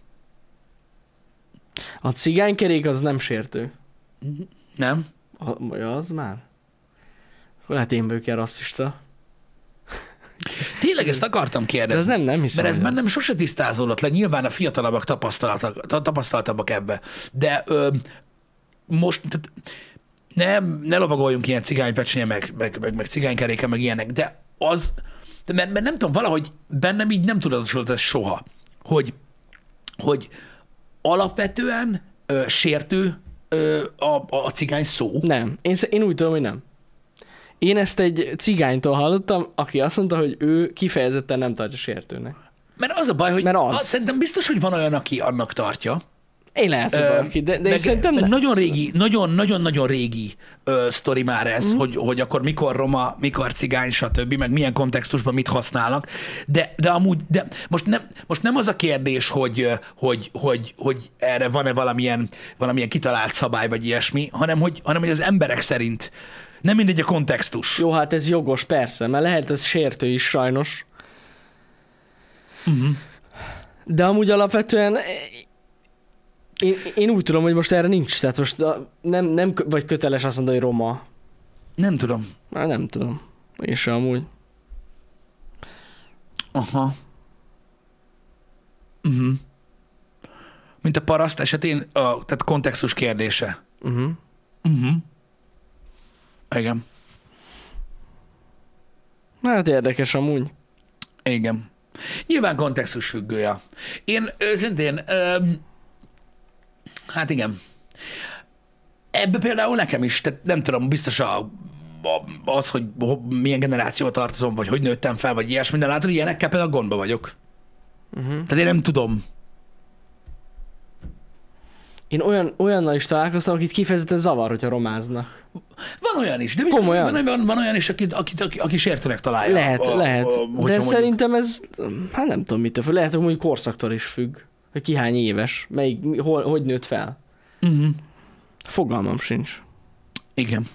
A cigánykerék az nem sértő. Nem? A, ja, az már? Akkor lehet én vagyok ilyen rasszista. Tényleg ezt akartam De kérdezni. ez nem, nem hiszem. Mert ez hogy bennem sose tisztázódott le, nyilván a fiatalabbak tapasztaltak, ta- tapasztaltabbak ebbe. De ö, most tehát nem, ne lovagoljunk ilyen cigánypecsenye, meg, meg, meg, meg cigánykeréke, meg ilyenek, de az, de mert, mert nem tudom, valahogy bennem így nem tudatosult ez soha, hogy, hogy alapvetően ö, sértő ö, a, a, a cigány szó. Nem. Én, sz- én úgy tudom, hogy nem. Én ezt egy cigánytól hallottam, aki azt mondta, hogy ő kifejezetten nem tartja sértőnek. Mert az a baj, hogy Mert az. az, szerintem biztos, hogy van olyan, aki annak tartja. Én lehet, hogy Ö, valaki, de, de én meg, szerintem meg nem. nagyon régi, nagyon-nagyon-nagyon régi ö, sztori már ez, Mhm. mm. hogy, hogy akkor mikor roma, mikor cigány, stb., meg milyen kontextusban mit használnak, de, de amúgy, de most nem, most nem az a kérdés, hogy, ö, hogy, hogy, hogy erre van-e valamilyen, valamilyen kitalált szabály, vagy ilyesmi, hanem hogy, hanem hogy az emberek szerint nem mindegy a kontextus. Jó, hát ez jogos, persze, mert lehet ez sértő is sajnos. Uh-huh. De amúgy alapvetően eh, én, én úgy tudom, hogy most erre nincs. Tehát most a, nem, nem kö- vagy köteles azt mondani, hogy roma. Nem tudom. Már nem tudom. És amúgy. Aha. Uh-huh. Mint a paraszt esetén, a, tehát kontextus kérdése. Uh-huh. Uh-huh. Igen. Hát érdekes amúgy. Igen. Nyilván kontextus függője. Én őszintén, öm, hát igen. Ebbe például nekem is, tehát nem tudom, biztos a, a, az, hogy milyen generációba tartozom, vagy hogy nőttem fel, vagy ilyesmi, de látod, ilyenekkel például gondba vagyok. Uh-huh. Tehát én nem tudom. Én olyan, olyannal is találkoztam, akit kifejezetten zavar, hogyha romáznak. Van olyan is, de biztos, Komolyan? van, van, van olyan is, akit, akit, aki, aki sértőnek találja. Lehet, a, lehet. A, a, De mondjuk, szerintem ez, hát nem tudom mitől függ. Lehet, hogy mondjuk korszaktól is függ. Hogy ki hány éves, melyik, hol, hogy nőtt fel. Uh-huh. Fogalmam sincs. Igen.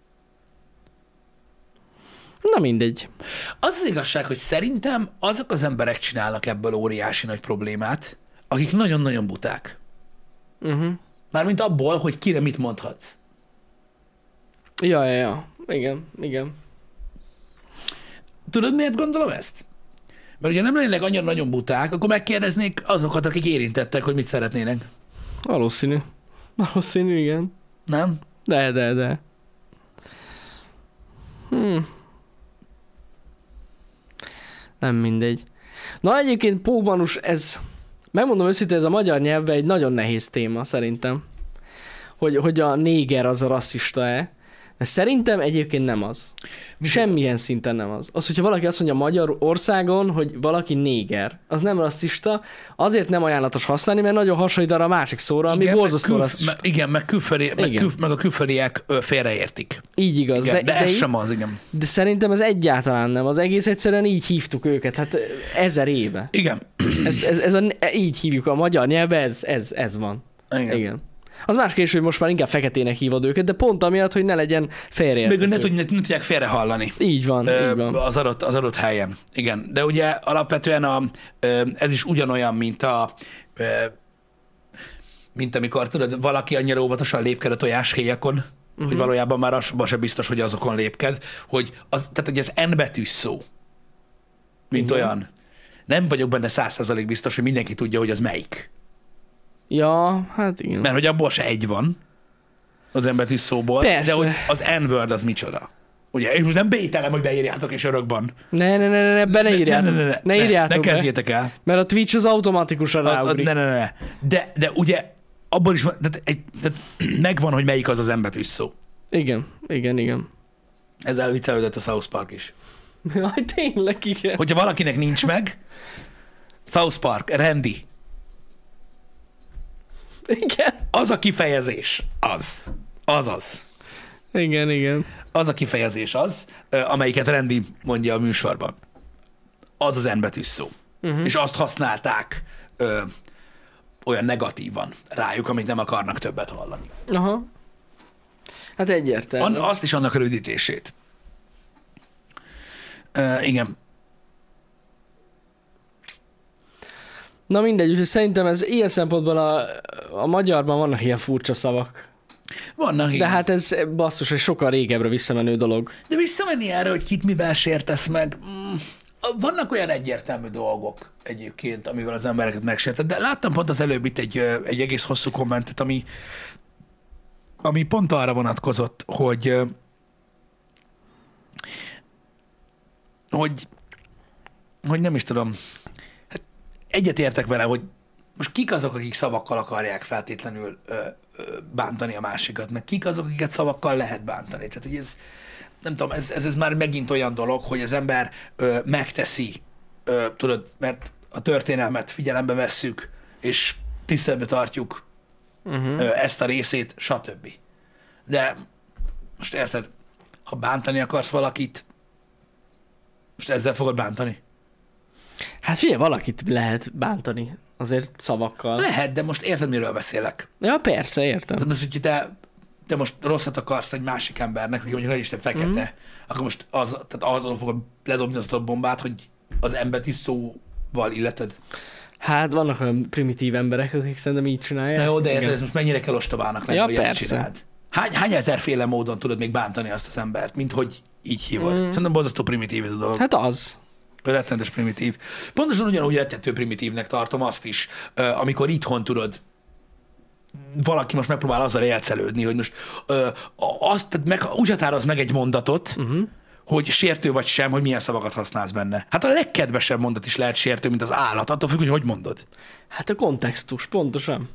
Na mindegy. Az az igazság, hogy szerintem azok az emberek csinálnak ebből óriási nagy problémát, akik nagyon-nagyon buták. Uh-huh. Mármint abból, hogy kire mit mondhatsz. Ja, ja, ja. Igen, igen. Tudod, miért gondolom ezt? Mert ugye nem lennének annyira nagyon buták, akkor megkérdeznék azokat, akik érintettek, hogy mit szeretnének. Valószínű. Valószínű, igen. Nem? De, de, de. Hm. Nem mindegy. Na egyébként Pókmanus, ez, megmondom őszintén, ez a magyar nyelvben egy nagyon nehéz téma szerintem. Hogy, hogy a néger az a rasszista-e. De szerintem egyébként nem az. Semmilyen szinten nem az. Az, hogyha valaki azt mondja Magyarországon, hogy valaki néger, az nem rasszista, azért nem ajánlatos használni, mert nagyon hasonlít arra a másik szóra, ami borzasztó külf, rasszista. me, igen, meg, külföldi, meg, Igen. külf, meg a külföldiek ö, félreértik. Így igaz. Igen, de, de ez így- sem az, igen. De szerintem ez egyáltalán nem. Az egész egyszerűen így hívtuk őket, hát ezer éve. Igen. Ez, ez, ez a, így hívjuk a magyar nyelvbe, ez, ez, ez van. Igen. Igen. Igen. Az más kérdés, hogy most már inkább feketének hívod őket, de pont amiatt, hogy ne legyen Még félreérthető. ne, tud, ne tudják félre hallani. Így van, Ö, így van. az adott, az adott helyen. Igen. De ugye alapvetően a, ö, ez is ugyanolyan, mint a ö, mint amikor tudod, valaki annyira óvatosan lépked a tojáshéjakon, uh-huh. hogy valójában már abban sem biztos, hogy azokon lépked, hogy az, tehát hogy az N betűs szó, mint Igen. olyan. Nem vagyok benne száz százalék biztos, hogy mindenki tudja, hogy az melyik. Ja, hát igen. Mert hogy abból se egy van az N betűs szóból, Persze. de hogy az N-word az micsoda. Ugye, és most nem bételem, hogy beírjátok és örökban. Ne, ne, ne, ne, ne, be ne írjátok. Ne, ne, ne, ne, ne, írjátok ne be, kezdjétek el. mert a Twitch az automatikusan A, a, ráugrik. ne, ne, ne, ne. De, de ugye abból is van, tehát, egy, tehát megvan, hogy melyik az az N betűs szó. Igen, igen, igen. Ezzel viccelődött a South Park is. Jaj, tényleg, igen. Hogyha valakinek nincs meg, South Park, Randy, Igen. az a kifejezés, az, az az. Igen, igen. Az a kifejezés az, ö, amelyiket Randy mondja a műsorban. Az az N betűs szó. Uh-huh. És azt használták ö, olyan negatívan rájuk, amit nem akarnak többet hallani. Aha. Hát egyértelmű. An, azt is annak a rövidítését. Ö, igen. Na mindegy, úgyhogy szerintem ez ilyen szempontból a, a magyarban vannak ilyen furcsa szavak. Vannak, igen. De hát ez basszus, egy sokkal régebbre visszamenő dolog. De visszamenni erre, hogy kit mivel sértesz meg, mm, vannak olyan egyértelmű dolgok egyébként, amivel az embereket megsérted, de láttam pont az előbb itt egy, ö, egy egész hosszú kommentet, ami, ami pont arra vonatkozott, hogy ö, hogy hogy nem is tudom, hát egyetértek vele, hogy most kik azok, akik szavakkal akarják feltétlenül ö, ö, bántani a másikat, meg kik azok, akiket szavakkal lehet bántani. Tehát, hogy ez, nem tudom, ez, ez, ez már megint olyan dolog, hogy az ember ö, megteszi, ö, tudod, mert a történelmet figyelembe vesszük, és tiszteletbe tartjuk Uh-huh. ö, ezt a részét, stb. De most érted, ha bántani akarsz valakit, most ezzel fogod bántani? Hát figyelj, valakit lehet bántani azért szavakkal. Lehet, de most érted, miről beszélek. Ja, persze, értem. Tehát most, hogy te, te most rosszat akarsz egy másik embernek, aki mondjuk ne Isten fekete, mm. akkor most az, tehát azon fogod ledobni azt a bombát, hogy az embert is szóval illeted. Hát vannak olyan primitív emberek, akik szerintem így csinálják. Na jó, de érted, Igen. ez most mennyire kell ostobának lenni, Ja, hogy ezt persze. csináld. Hány, hány ezerféle módon tudod még bántani azt az embert, mint hogy így hívod. Mm. Szerintem borzasztó primitív ez a dolog. Hát az. Rettenetes primitív. Pontosan ugyanúgy rettető primitívnek tartom azt is, amikor itthon tudod, valaki most megpróbál azzal élcelődni, hogy most ö, azt, tehát meg, úgy határoz meg egy mondatot, uh-huh. hogy sértő vagy sem, hogy milyen szavakat használsz benne. Hát a legkedvesebb mondat is lehet sértő, mint az állat, attól függ, hogy hogy mondod. Hát a kontextus, pontosan.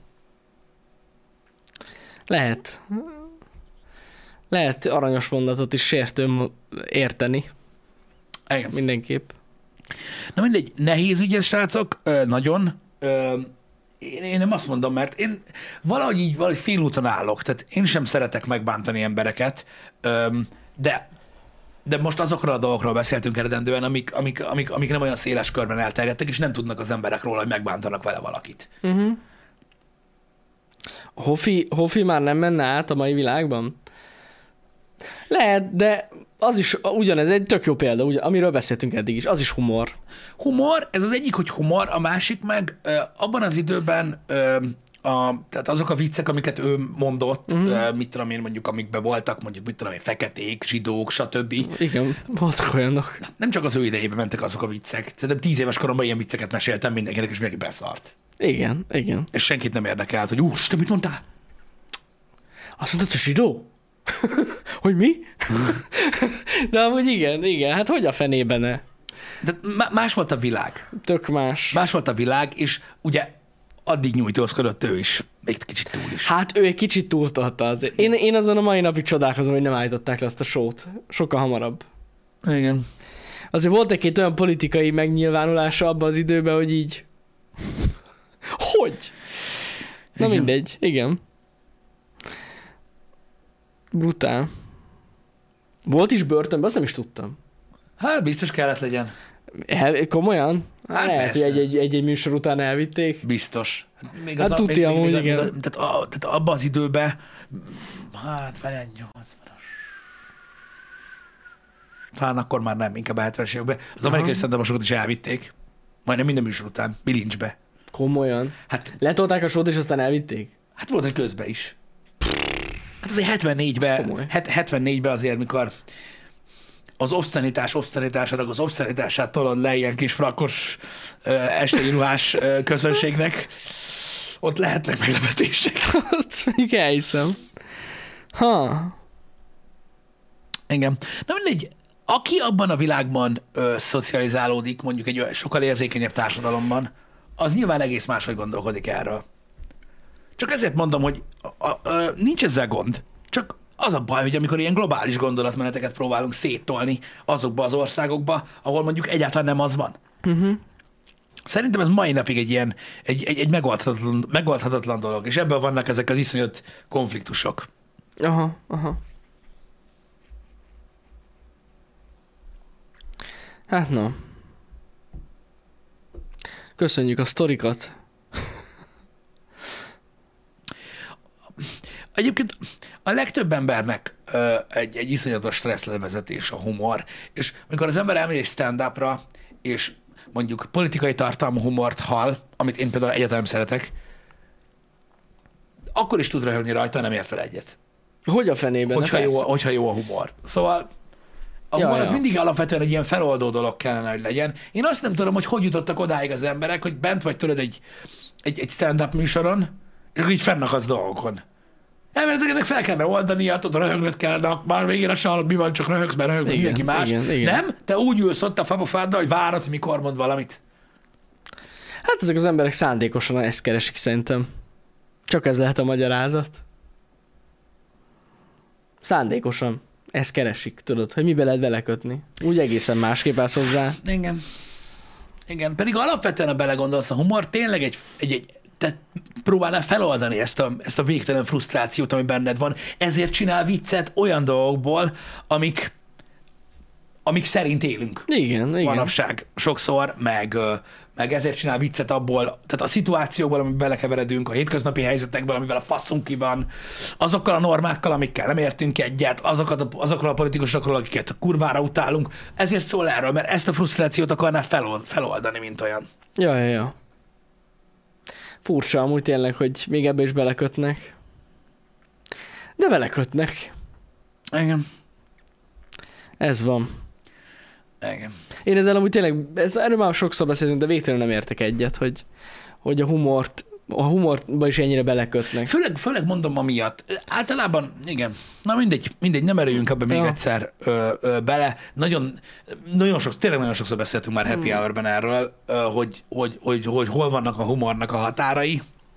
Lehet. Lehet aranyos mondatot is sértő érteni. Igen. Mindenképp. Na mindegy, nehéz ügyes srácok, ö, nagyon. Ö, én, én nem azt mondom, mert én valahogy így valahogy félúton állok, tehát én sem szeretek megbántani embereket, ö, de de most azokról a dolgokról beszéltünk eredendően, amik, amik, amik, amik nem olyan széles körben elterjedtek, és nem tudnak az emberek róla, hogy megbántanak vele valakit. Uh-huh. Hofi, Hofi már nem menne át a mai világban? Lehet, de az is ugyanez egy tök jó példa, ugye, amiről beszéltünk eddig is, az is humor. Humor, ez az egyik, hogy humor, a másik meg ö, abban az időben ö, a, tehát azok a viccek, amiket ő mondott, mm. ö, mit tudom én, mondjuk amikben voltak, mondjuk mit tudom én, feketék, zsidók, stb. Igen, voltak olyanok. Nem csak az ő idejében mentek azok a viccek. Szerintem tíz éves koromban ilyen vicceket meséltem mindenkinek, és mindenki beszart. Igen, igen. És senkit nem érdekelt, hogy úr, te mit mondtál? Azt mondtad, hogy zsidó? Hogy mi? De amúgy igen, igen. Hát hogy a fenében ne? De más volt a világ. Tök más. Más volt a világ, és ugye addig nyújtózkodott ő is. Még kicsit túl is. Hát ő egy kicsit túltolta azért. Én, én azon a mai napig csodálkozom, hogy nem állították le azt a sót. Sokkal hamarabb. Igen. Azért volt egy-két olyan politikai megnyilvánulása abban az időben, hogy így... Hogy? Na Igen. mindegy, igen. Brutál. Volt is börtönben, azt nem is tudtam. Hát biztos kellett legyen. El, komolyan? Hát Lehet, hogy persze. egy, egy, egy műsor után elvitték. Biztos. Még Hát tuti még, amúgy, még, igen. még, tehát, a, tehát abban az időben, hát várjál, nyolcvanas. Talán akkor már nem, inkább a hetvenes években. Az amerikai stand-uposokat is elvitték. Majdnem minden műsor után, bilincsbe. Komolyan. Hát, Letolták a sót, és aztán elvitték? hát volt, hogy közben is. Hát azért Ez hetvennégyben, komoly. het, hetvennégyben azért, mikor az obszenitás obszenitásának az obszenitását tolod le ilyen kis frakkos ö, estei ruhás ö, közönségnek, ott lehetnek meglepetések. Azt még elhiszem. Ha. Igen. Na mindegy, aki abban a világban ö, szocializálódik, mondjuk egy olyan sokkal érzékenyebb társadalomban, az nyilván egész máshogy gondolkodik erről. Csak ezért mondom, hogy a, a, a, nincs ezzel gond. Csak az a baj, hogy amikor ilyen globális gondolatmeneteket próbálunk széttolni azokba az országokba, ahol mondjuk egyáltalán nem az van. Uh-huh. Szerintem ez mai napig egy ilyen, egy, egy, egy megoldhatatlan, megoldhatatlan dolog, és ebből vannak ezek az iszonyat konfliktusok. Aha, aha. Hát na. Köszönjük a sztorikat. Egyébként a legtöbb embernek ö, egy, egy iszonyatos stresszlevezetés a humor, és amikor az ember elmegy egy stand-upra, és mondjuk politikai tartalmú humort hall, amit én például egyáltalán nem szeretek, akkor is tud röhögni rajta, nem ért fel egyet. Hogy a fenében? Hogyha Ne, jó, persze. hogyha jó a humor. Szóval a Ja, humor az ja. mindig alapvetően egy ilyen feloldó dolog kellene, hogy legyen. Én azt nem tudom, hogy hogy jutottak odáig az emberek, hogy bent vagy tudod egy, egy, egy stand-up műsoron, és akkor így fennakadsz dolgokon. Elméletileg ennek fel kellene oldania, tudod, röhögnöd kellene, már végén azt hallod, mi van, csak röhögsz, mert röhög Igen, mindenki más. igen, igen. Nem? Te úgy ülsz ott a fabofáddal, hogy várod, hogy mikor mond valamit. Hát ezek az emberek szándékosan ezt keresik szerintem. Csak ez lehet a magyarázat. Szándékosan. Ezt keresik, tudod, hogy mibe lehet belekötni. Úgy egészen másképp állsz hozzá. Igen. Igen, pedig alapvetően, ha belegondolsz, a humor tényleg egy, egy, egy te próbálnál feloldani ezt a, ezt a végtelen frusztrációt, ami benned van. Ezért csinál viccet olyan dolgokból, amik, amik szerint élünk. Igen, igen. Manapság sokszor, meg, ö, meg ezért csinál viccet abból, tehát a szituációkból, amiben belekeveredünk, a hétköznapi helyzetekből, amivel a faszunk ki van, azokkal a normákkal, amikkel nem értünk egyet, azokat a, azokról a politikusokról, akiket kurvára utálunk. Ezért szól erről, mert ezt a frusztrációt akarná felold, feloldani, mint olyan. Ja, ja, ja. Furcsa amúgy tényleg, hogy még ebbe is belekötnek. De belekötnek. Igen. Ez van. Igen. Én ezzel amúgy tényleg, ez, erről már sokszor beszélünk, de végtelenül nem értek egyet, hogy, hogy a humort, a humorba is ennyire belekötnek. Főleg, főleg mondom amiatt. Általában, igen, na mindegy, mindegy, nem erőjünk abba még Ja. egyszer ö, ö, bele. Nagyon, nagyon sok, tényleg nagyon sokszor beszéltünk már Happy Hour-ben erről, ö, hogy, hogy, hogy, hogy hol vannak a humornak a határai.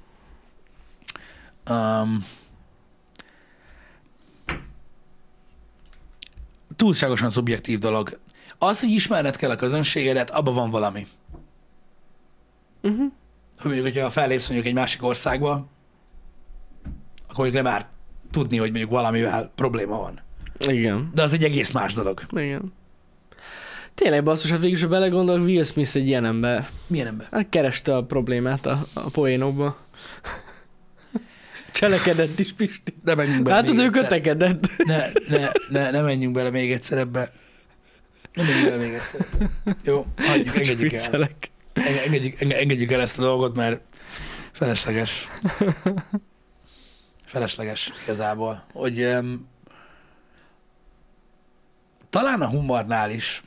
Um, túlságosan szubjektív dolog. Az, hogy ismerned kell a közönségedet, abban van valami. Uh-huh. Hogy mondjuk, hogyha fellépsz mondjuk egy másik országba, akkor mondjuk nem árt tudni, hogy mondjuk valamivel probléma van. Igen. De az egy egész más dolog. Igen. Tényleg basszus, hát végül is, ha belegondolok, Will Smith egy ilyen ember. Milyen ember? Hát kereste a problémát a, a poénokba. Cselekedett is, Pisti. Ne menjünk bele Látod, még ő egyszer. kötekedett. Ne, ne, ne, ne menjünk bele még egyszer ebbe. Ne menjünk bele még egyszer ebbe. Jó, hagyjuk, Csak engedjük el. viccelek. Enge- Engedjük, enge- engedjük el ezt a dolgot, mert felesleges. Felesleges igazából. Hogy um, talán a humornál is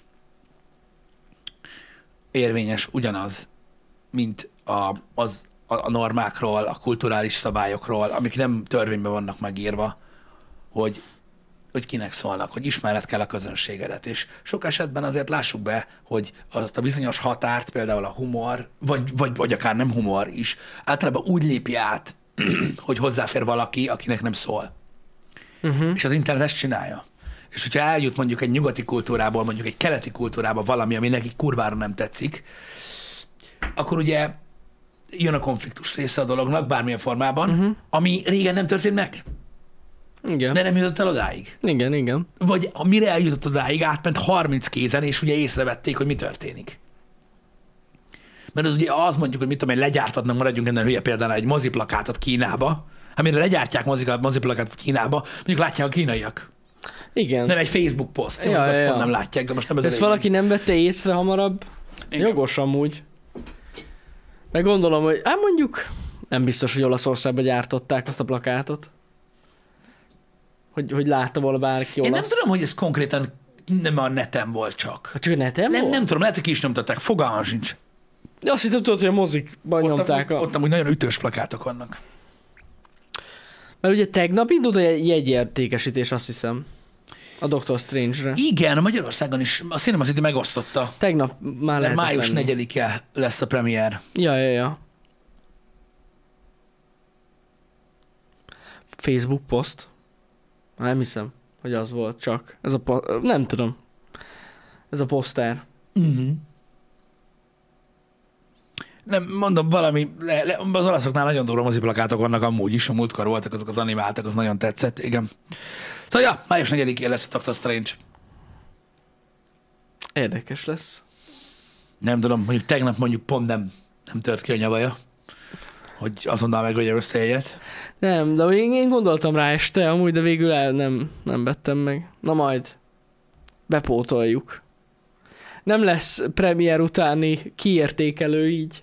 érvényes ugyanaz, mint a, az, a, a normákról, a kulturális szabályokról, amik nem törvényben vannak megírva, hogy, hogy kinek szólnak, hogy ismered kell a közönségedet. És sok esetben azért lássuk be, hogy azt a bizonyos határt, például a humor, vagy, vagy, vagy akár nem humor is, általában úgy lépi át, hogy hozzáfér valaki, akinek nem szól. Uh-huh. És az internet ezt csinálja. És hogyha eljut mondjuk egy nyugati kultúrából, mondjuk egy keleti kultúrába valami, ami neki kurvára nem tetszik, akkor ugye jön a konfliktus része a dolognak, bármilyen formában, uh-huh. ami régen nem történt meg. Igen. De nem jutott el odáig. Igen, igen. Vagy mire eljutott odáig, átment harminc kézen, és ugye észrevették, hogy mi történik. Mert az ugye az mondjuk, hogy mit tudom én, legyártatnak, maradjunk ennél hülye példánál egy moziplakátot Kínába, amire legyártják mozikat, moziplakátot Kínába, mondjuk látják a kínaiak. Igen. Nem egy Facebook poszt, Ja, ja, azt ja, pont ja. nem látják, de most nem ez Ezt a lényeg. valaki nem vette észre hamarabb? Igen. Jogos amúgy. Meg gondolom, hogy hát mondjuk nem biztos, hogy Olaszországban gyártották azt a plakátot. Hogy, hogy látta volna bárki olasz. Én nem tudom, hogy ez konkrétan nem a neten volt csak. Ha csak a neten Nem, volt? nem tudom, lehet, hogy ki is nyomtatták, fogalmam sincs. De azt hittem, tudod, hogy a mozikban nyomták. Ott, A... ott amúgy nagyon ütős plakátok vannak. Mert ugye tegnap indult a jegyértékesítés, azt hiszem. A Doctor Strange-re. Igen, a Magyarországon is a Cinema City megosztotta. Tegnap már Mert lehetett május venni. negyedike lesz a premier. Ja, ja, ja. Facebook poszt. Nem hiszem, hogy az volt csak. Ez a po- nem tudom. Ez a poszter. Uh-huh. Nem, mondom, valami, le, le, az olaszoknál nagyon durva moziplakátok vannak amúgy is, a múltkor voltak azok az animáltak, az nagyon tetszett, igen. Szóval, ja, május negyedikén lesz a Doctor Strange. Érdekes lesz. Nem tudom, mondjuk tegnap mondjuk pont nem, nem tört ki a nyavaja, hogy azonnal megvegyem össze egyet. Nem, de én, én gondoltam rá este amúgy, de végül el nem, nem vettem meg. Na majd. Bepótoljuk. Nem lesz premier utáni kiértékelő így.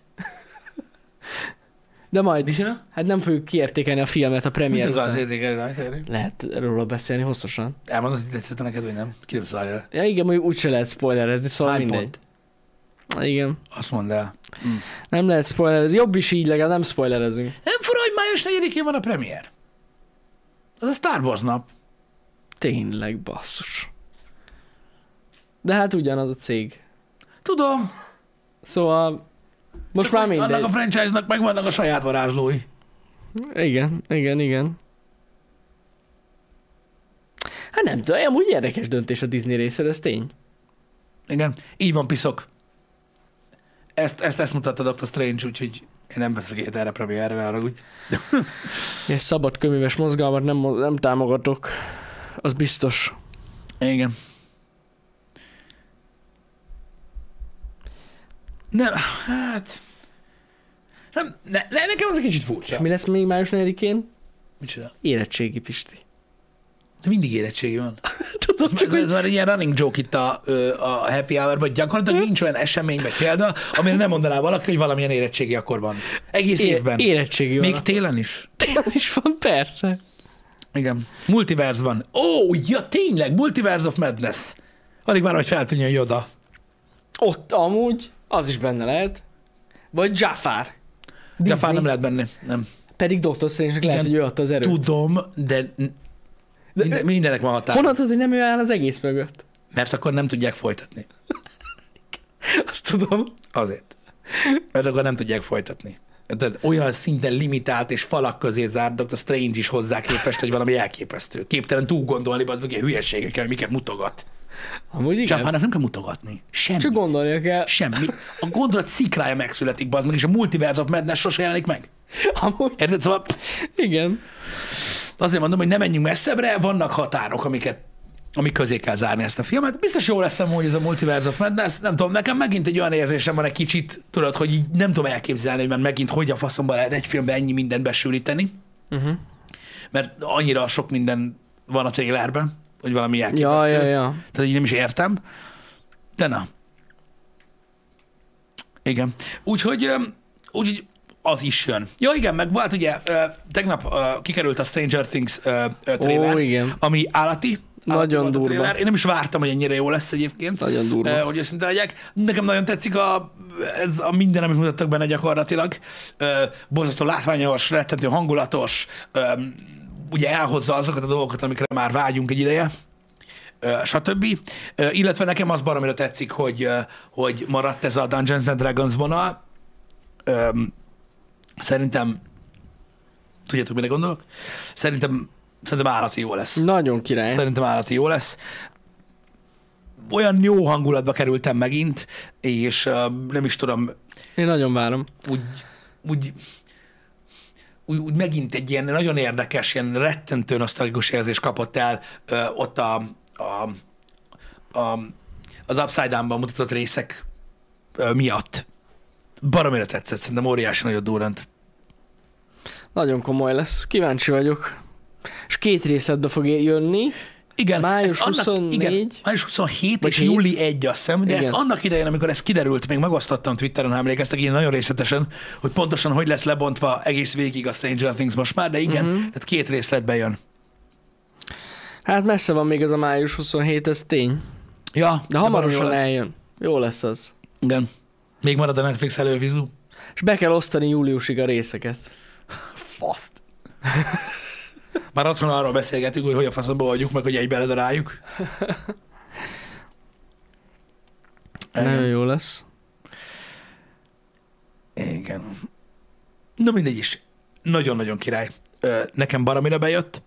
De majd. Micsoda? Hát nem fogjuk kiértékelni a filmet a Mit premier akarsz után. értékelni rajta? Erő? Lehet róla beszélni hosszasan. Elmondod, hogy tetszett neked, vagy nem? Ki nem szarja le. Ja igen, mondjuk úgyse lehet spoilerezni, szóval Hány mindegy. pont? Igen. Azt mondd el. Hm. Nem lehet spoilerezni. Jobb is így, legalább nem spoilerezünk. Nem fura, hogy május negyedikén van a premier. Az a Star Wars nap. Tényleg, basszus. De hát ugyanaz a cég. Tudom. Szóval most Csak már hogy mindegy. Annak a franchise-nak megvannak a saját varázslói. Igen, igen, igen. Hát nem tudom, amúgy érdekes döntés a Disney részéről, ez tény. Igen, így van, piszok. Ezt, ezt, ezt mutatta doktor Strange, úgyhogy én nem veszek ilyet erre premierre, arra úgy. Egy szabad köműves mozgalmat nem, nem támogatok, az biztos. Igen. Nem, hát... Nem, ne, ne, nekem az egy kicsit furcsa. És mi lesz még május negyedikén? Micsoda? Érettségi, Pisti. De mindig érettségi van. Tudod, Ez, csak ez, ez hogy... már egy ilyen running joke itt a, a happy hour-ban, hogy gyakorlatilag nincs olyan esemény vagy példa, amire nem mondaná valaki, hogy valamilyen érettségi akkor van. Egész É- évben. érettségi van. Még télen is. Télen is van, persze. Igen. Multiverse van. Ó, ja tényleg, Multiverse of Madness. Alig várom, hogy feltűnjön Yoda. Ott amúgy az is benne lehet. Vagy Jafar. Jafar nem lehet benne, nem. Pedig doktor Strange-nek lehet, hogy ő adta az erőt. Tudom, de, minden, mindenek van határa. Honnan tudod, hogy nem ő áll az egész mögött? Mert akkor nem tudják folytatni. Azt tudom. Azért. Mert akkor nem tudják folytatni. Tehát olyan szinten limitált és falak közé zárt doktor Strange is hozzá képest, hogy valami elképesztő. Képtelen túl gondolni, az meg ilyen hülyeségekkel, miket mutogat. Amúgy igen. Jafarnak nem kell mutogatni. Semmit. Csak gondolnia kell. Semmi. A gondolat szikrája megszületik, bazd meg, és a Multiverse of Madness sose jelenik meg. Amúgy. Érted? Szóval Igen. azért mondom, hogy ne menjünk messzebbre, vannak határok, amiket amik közé kell zárni ezt a filmet. Biztos jó lesz amúgy ez a Multiverse of Madness, nem tudom, nekem megint egy olyan érzésem van egy kicsit, tudod, hogy így nem tudom elképzelni, hogy már megint hogy a faszomban lehet egy filmbe ennyi mindent besűríteni, Uh-huh. mert annyira sok minden van a trailerben, hogy valami elképesztő. Ja, ja, ja. Tehát így nem is értem. De na. Igen. Úgyhogy, úgy az is jön. Ja, igen, meg volt ugye, tegnap kikerült a Stranger Things trailer, Ó, igen. ami állati. Nagyon durva. Trailer. Én nem is vártam, hogy ennyire jó lesz egyébként. Nagyon durva. Uh, hogy őszinte legyek. Nekem nagyon tetszik a, ez a minden, amit mutattak benne gyakorlatilag. Uh, borzasztó látványos, rettentő hangulatos, um, ugye elhozza azokat a dolgokat, amikre már vágyunk egy ideje, uh, stb. Uh, illetve nekem az baromira tetszik, hogy, uh, hogy maradt ez a Dungeons and Dragons vonal. Um, szerintem, tudjátok, mire gondolok? Szerintem Szerintem állati jó lesz. Nagyon király. Szerintem állati jó lesz. Olyan jó hangulatba kerültem megint, és uh, nem is tudom, Én nagyon várom. úgy, úgy, úgy, úgy megint egy ilyen nagyon érdekes, ilyen rettentő nosztalgikus érzés kapott el uh, ott a, a, a, az Upside Down-ban mutatott részek uh, miatt. Baromira tetszett, szerintem óriási nagyot durrant. Nagyon komoly lesz. Kíváncsi vagyok. És két részletbe fog jönni. Igen, Május ezt annak, huszonnégy. Igen, május huszonhét Vagy és hét? júli elseje, azt hiszem, de Igen. ezt annak idején, amikor ez kiderült, még megosztottam Twitteren, ha emlékeztek, így nagyon részletesen, hogy pontosan hogy lesz lebontva egész végig a Stranger Things most már, de igen, uh-huh. tehát két részletbe jön. Hát messze van még ez a május huszonhét, ez tény. Ja, De hamarosan baromi jó lesz. eljön. Jó lesz az. Igen. Még marad a Netflix elővizu. És be kell osztani júliusig a részeket. Faszt. Már otthon arról beszélgetünk, hogy hogy a faszomba vagyunk, meg hogy egybe ledaráljuk. Nagyon jó lesz. Igen. Na mindegy is. Nagyon-nagyon király. Ö, Nekem baromira bejött.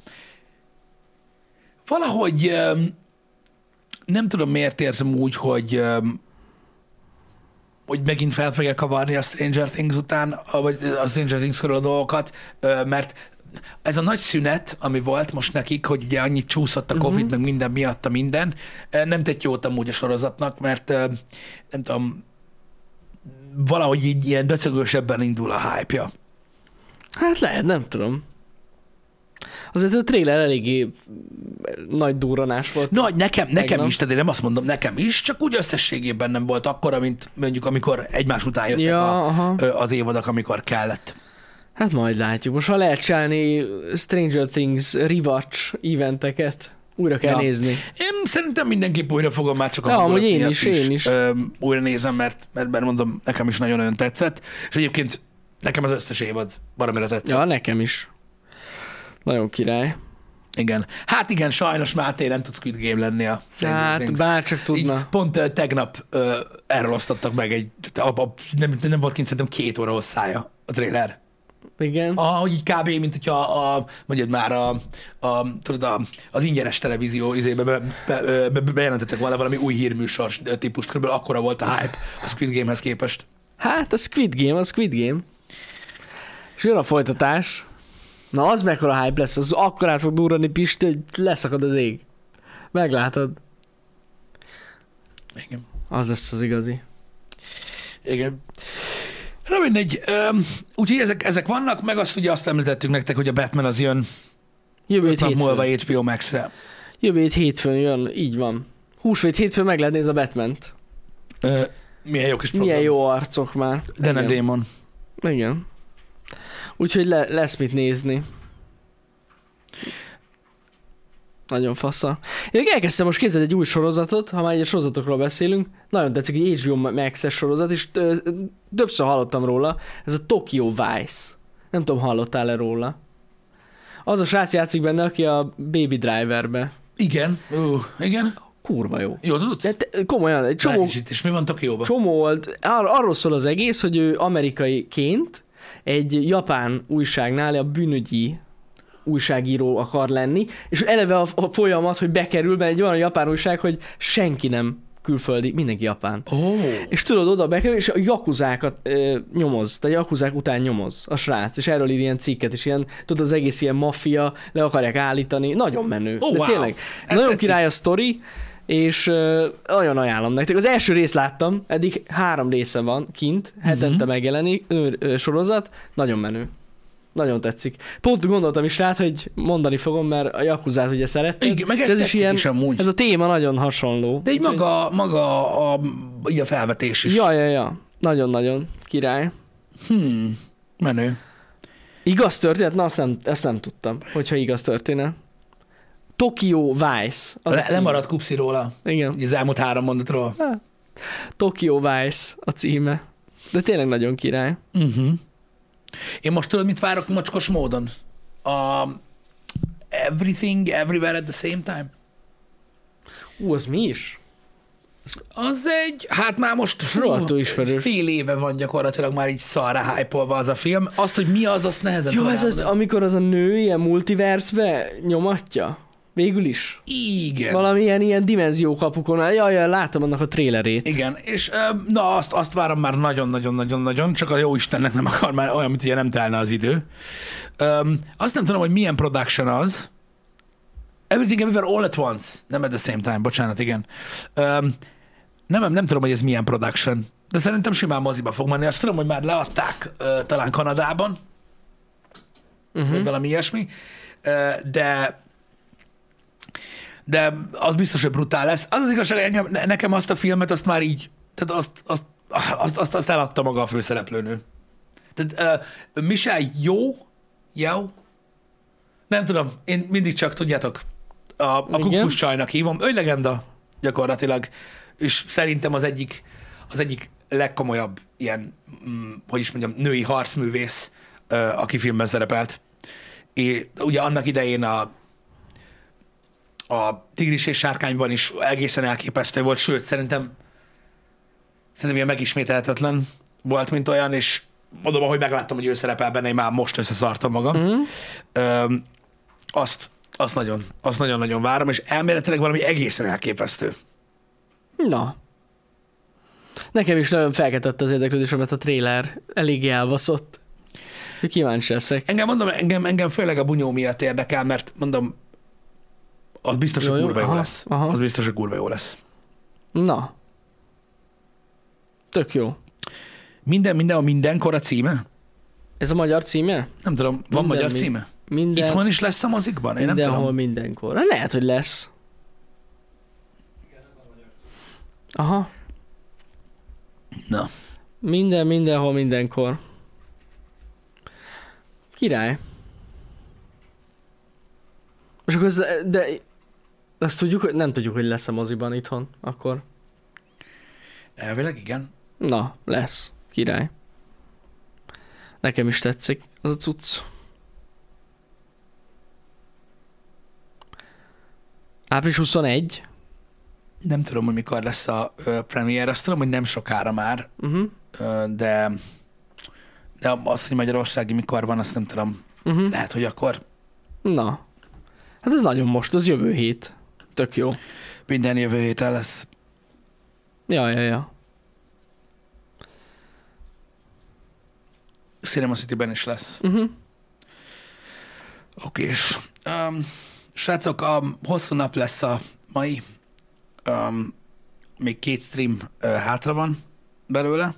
Valahogy öm, nem tudom, miért érzem úgy, hogy öm, hogy megint fel fogja kavarni a Stranger Things után, vagy a Stranger Things körül a dolgokat, ö, mert ez a nagy szünet, ami volt most nekik, hogy ugye annyit csúszott a Covid, uh-huh. meg minden miatta minden, nem tett jót amúgy a sorozatnak, mert nem tudom, valahogy így ilyen döcögősebben indul a hype-ja. Hát lehet, nem tudom. Azért a trailer eléggé nagy durranás volt. Nagy, nekem, nekem Tegnap. is, tehát én nem azt mondom, nekem is, csak úgy összességében nem volt akkora, mint mondjuk amikor egymás után jöttek Ja, a, aha. az évadok, amikor kellett. Hát majd látjuk. Most már lehet csinálni Stranger Things rewatch eventeket. Újra kell Ja. nézni. Én szerintem mindenképp újra fogom, már csak a Ja, hangulat amúgy én miatt is, én is. Ö, újra nézem, mert, mert, mert mondom, nekem is nagyon-nagyon tetszett. És egyébként nekem az összes évad baromira tetszett. Ja, nekem is. Nagyon király. Igen. Hát igen, sajnos Máté nem tud Squid Game lenni a Stranger Hát Things. bárcsak tudna. Így pont uh, tegnap uh, erről osztottak meg egy, a, a, nem, nem volt kint szerintem két óra hosszája a trailer. Igen. Ahogy így kb. Mint hogyha a, mondjad már a, a, tudod, a, az ingyenes televízió izébe be, be, be, bejelentettek volna valami új hírműsor típust, kb. Akkora volt a hype a Squid Gamehez képest. Hát a Squid Game, a Squid Game. És jön a folytatás. Na az mekkora hype lesz, az akkor át fog durrani Pisti, hogy leszakad az ég. Meglátod. Igen. Az lesz az igazi. Igen. Na mindegy. Um, úgyhogy ezek, ezek vannak, meg azt ugye azt említettük nektek, hogy a Batman az jön Jövő öt hét nap múlva hétfőn. há bé o Max-re. Jövő hét hétfőn jön, így van. Húsvét hétfőn meg lehet nézni a Batman-t. Uh, milyen jó kis program. Milyen jó arcok már. Dana Igen. Damon. Igen. Úgyhogy le, lesz mit nézni. Nagyon fassa. Én elkezdtem most készíteni egy új sorozatot, ha már egy sorozatokról beszélünk. Nagyon tetszik, egy há bé o Max-es sorozat, és többször hallottam róla. Ez a Tokyo Vice. Nem tudom, hallottál-e róla? Az a srác játszik benne, aki a Baby Driverbe. Igen. Uh, igen. Kurva jó. Jó tudsz? De te, komolyan, egy csomó, És mi van Tokióban? csomó volt. Ar- arról szól az egész, hogy ő amerikaiként egy japán újságnál a bűnügyi újságíró akar lenni, és eleve a, a folyamat, hogy bekerül be egy olyan japán újság, hogy senki nem külföldi, mindenki japán. Oh. És tudod, oda bekerül, és a jakuzákat ö, nyomoz, tehát a jakuzák után nyomoz a srác, és erről ír ilyen cikket, és ilyen, tudod, az egész ilyen maffia, le akarják állítani, nagyon menő. Oh, de wow. tényleg, Ez nagyon tetszik. király a sztori, és ö, nagyon ajánlom nektek. Az első részt láttam, eddig három része van kint, hetente Mhm. megjelenik, ö, ö, sorozat, nagyon menő. Nagyon tetszik. Pont gondoltam is rá, hogy mondani fogom, mert a Yakuzát ugye szeretted. Igen, meg és ez ez is tetszik ilyen, is amúgy. ez a téma nagyon hasonló. De így Úgyhogy- maga, maga a, így a felvetés is. Ja, ja, ja. Nagyon-nagyon király. Hmm. Menő. Igaz történet? Na, azt nem, ezt nem tudtam, hogyha igaz történet. Tokyo Vice. Az a Le, cím. lemaradt kupszi róla. Igen. Az elmúlt három mondatról. Tokyo Vice a címe. De tényleg nagyon király. Uh-huh. Én most tudod, mit várok mocskos módon? A Everything, Everywhere at the Same Time. Ú, az mi is? Az egy, hát már most hú, Rohadtul ismerős. fél éve van gyakorlatilag már így szarra hype-olva az a film. Azt, hogy mi az, azt nehezen Jó, tudom ez az, elmondani. amikor az a nő ilyen multiversbe nyomatja? Végül is? Igen. Valamilyen ilyen dimenziókapukon. Jaj, jaj, láttam annak a trélerét. Igen, és ö, na azt, azt várom már nagyon-nagyon-nagyon-nagyon, csak a jó Istennek nem akar már olyan, mint ugye nem telne az idő. Öm, azt nem tudom, hogy milyen production az. Everything Everywhere All at Once. Nem at the same time, bocsánat, igen. Öm, nem, nem, nem tudom, hogy ez milyen production, de szerintem simán moziba fog menni. Azt tudom, hogy már leadták ö, talán Kanadában, Uh-huh. vagy valami ilyesmi, ö, de de az biztos, hogy brutál lesz. Az az igazság, hogy engem, ne- nekem azt a filmet, azt már így, tehát azt, azt, azt, azt, azt eladta maga a főszereplőnő. Tehát uh, Michelle jó, jó, nem tudom, én mindig csak, tudjátok, a, a Igen. kukfus csajnak hívom, ő legenda gyakorlatilag, és szerintem az egyik, az egyik legkomolyabb ilyen, mm, hogy is mondjam, női harcművész, uh, aki filmben szerepelt. És ugye annak idején a a Tigris és Sárkányban is egészen elképesztő volt, sőt, szerintem szerintem ilyen megismételhetetlen volt, mint olyan, és mondom, ahogy megláttam, hogy ő szerepel benne, én már most összeszartam magam. Uh-huh. Öm, azt, azt nagyon, azt nagyon-nagyon várom, és elméletileg valami egészen elképesztő. Na. Nekem is nagyon felkeltette az érdeklődésemet a trailer. Eléggé elbaszott. Úgyhogy kíváncsi leszek. Engem mondom, engem, engem főleg a bunyó miatt érdekel, mert mondom, az biztos, hogy Jó, jó, kurva jó aha, lesz. aha. Az biztos, hogy kurva jó lesz. Na. Tök jó. Minden, minden a mindenkor a címe? Ez a magyar címe? Nem tudom, van Minden magyar mi- címe? Minden, Itthon is lesz a mozikban? Én nem mindenhol, tudom. mindenkor. Hát lehet, hogy lesz. Aha. Na. Minden, mindenhol, mindenkor. Király. És akkor ez, de, de azt tudjuk, hogy nem tudjuk, hogy lesz a moziban itthon, akkor. Elvileg igen. Na, lesz. Király. Nekem is tetszik az a cucc. április huszonegy. Nem tudom, hogy mikor lesz a ö, premier, azt tudom, hogy nem sokára már, Uh-huh. ö, de, de azt, hogy Magyarországi mikor van, azt nem tudom. Uh-huh. Lehet, hogy akkor Na. Hát ez nagyon most, az jövő hét. Tök jó. minden jövő héten lesz. Ja, ja, ja. Cinema City-ben is lesz. Uh-huh. Oké, és um, srácok, a hosszú nap lesz a mai. Um, még két stream uh, hátra van belőle.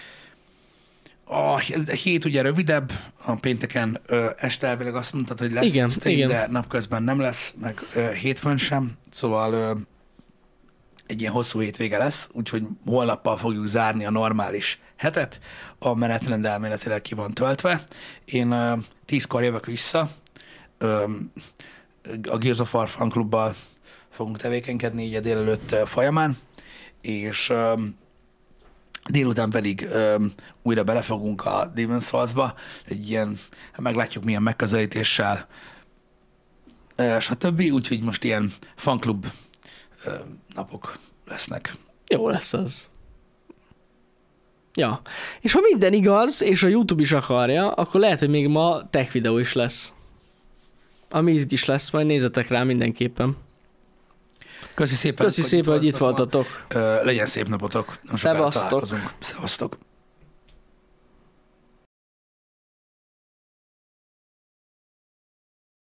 A hét ugye rövidebb, a pénteken uh, este elvileg azt mondtad, hogy lesz Igen, stream, igen. de napközben nem lesz, meg uh, hétfőn sem, szóval uh, egy ilyen hosszú hétvége lesz, úgyhogy holnappal fogjuk zárni a normális hetet, a menetrend elméletileg ki van töltve. Én uh, tízkor jövök vissza, um, a Gears of War fanklubbal fogunk tevékenykedni így a délelőtt ö, folyamán, és ö, délután pedig ö, újra belefogunk a Demon's Souls-ba, egy ilyen, meglátjuk milyen megközelítéssel, ö, stb. Úgyhogy most ilyen fanklub ö, napok lesznek. Jó lesz az. Ja. És ha minden igaz, és a YouTube is akarja, akkor lehet, hogy még ma tech videó is lesz. Ami izgis lesz, majd nézzetek rá mindenképpen. Köszi szépen, Köszi szépen, hogy itt voltatok. Ö, legyen szép napotok. Nem sokára Szevasztok. találkozunk. Szevasztok.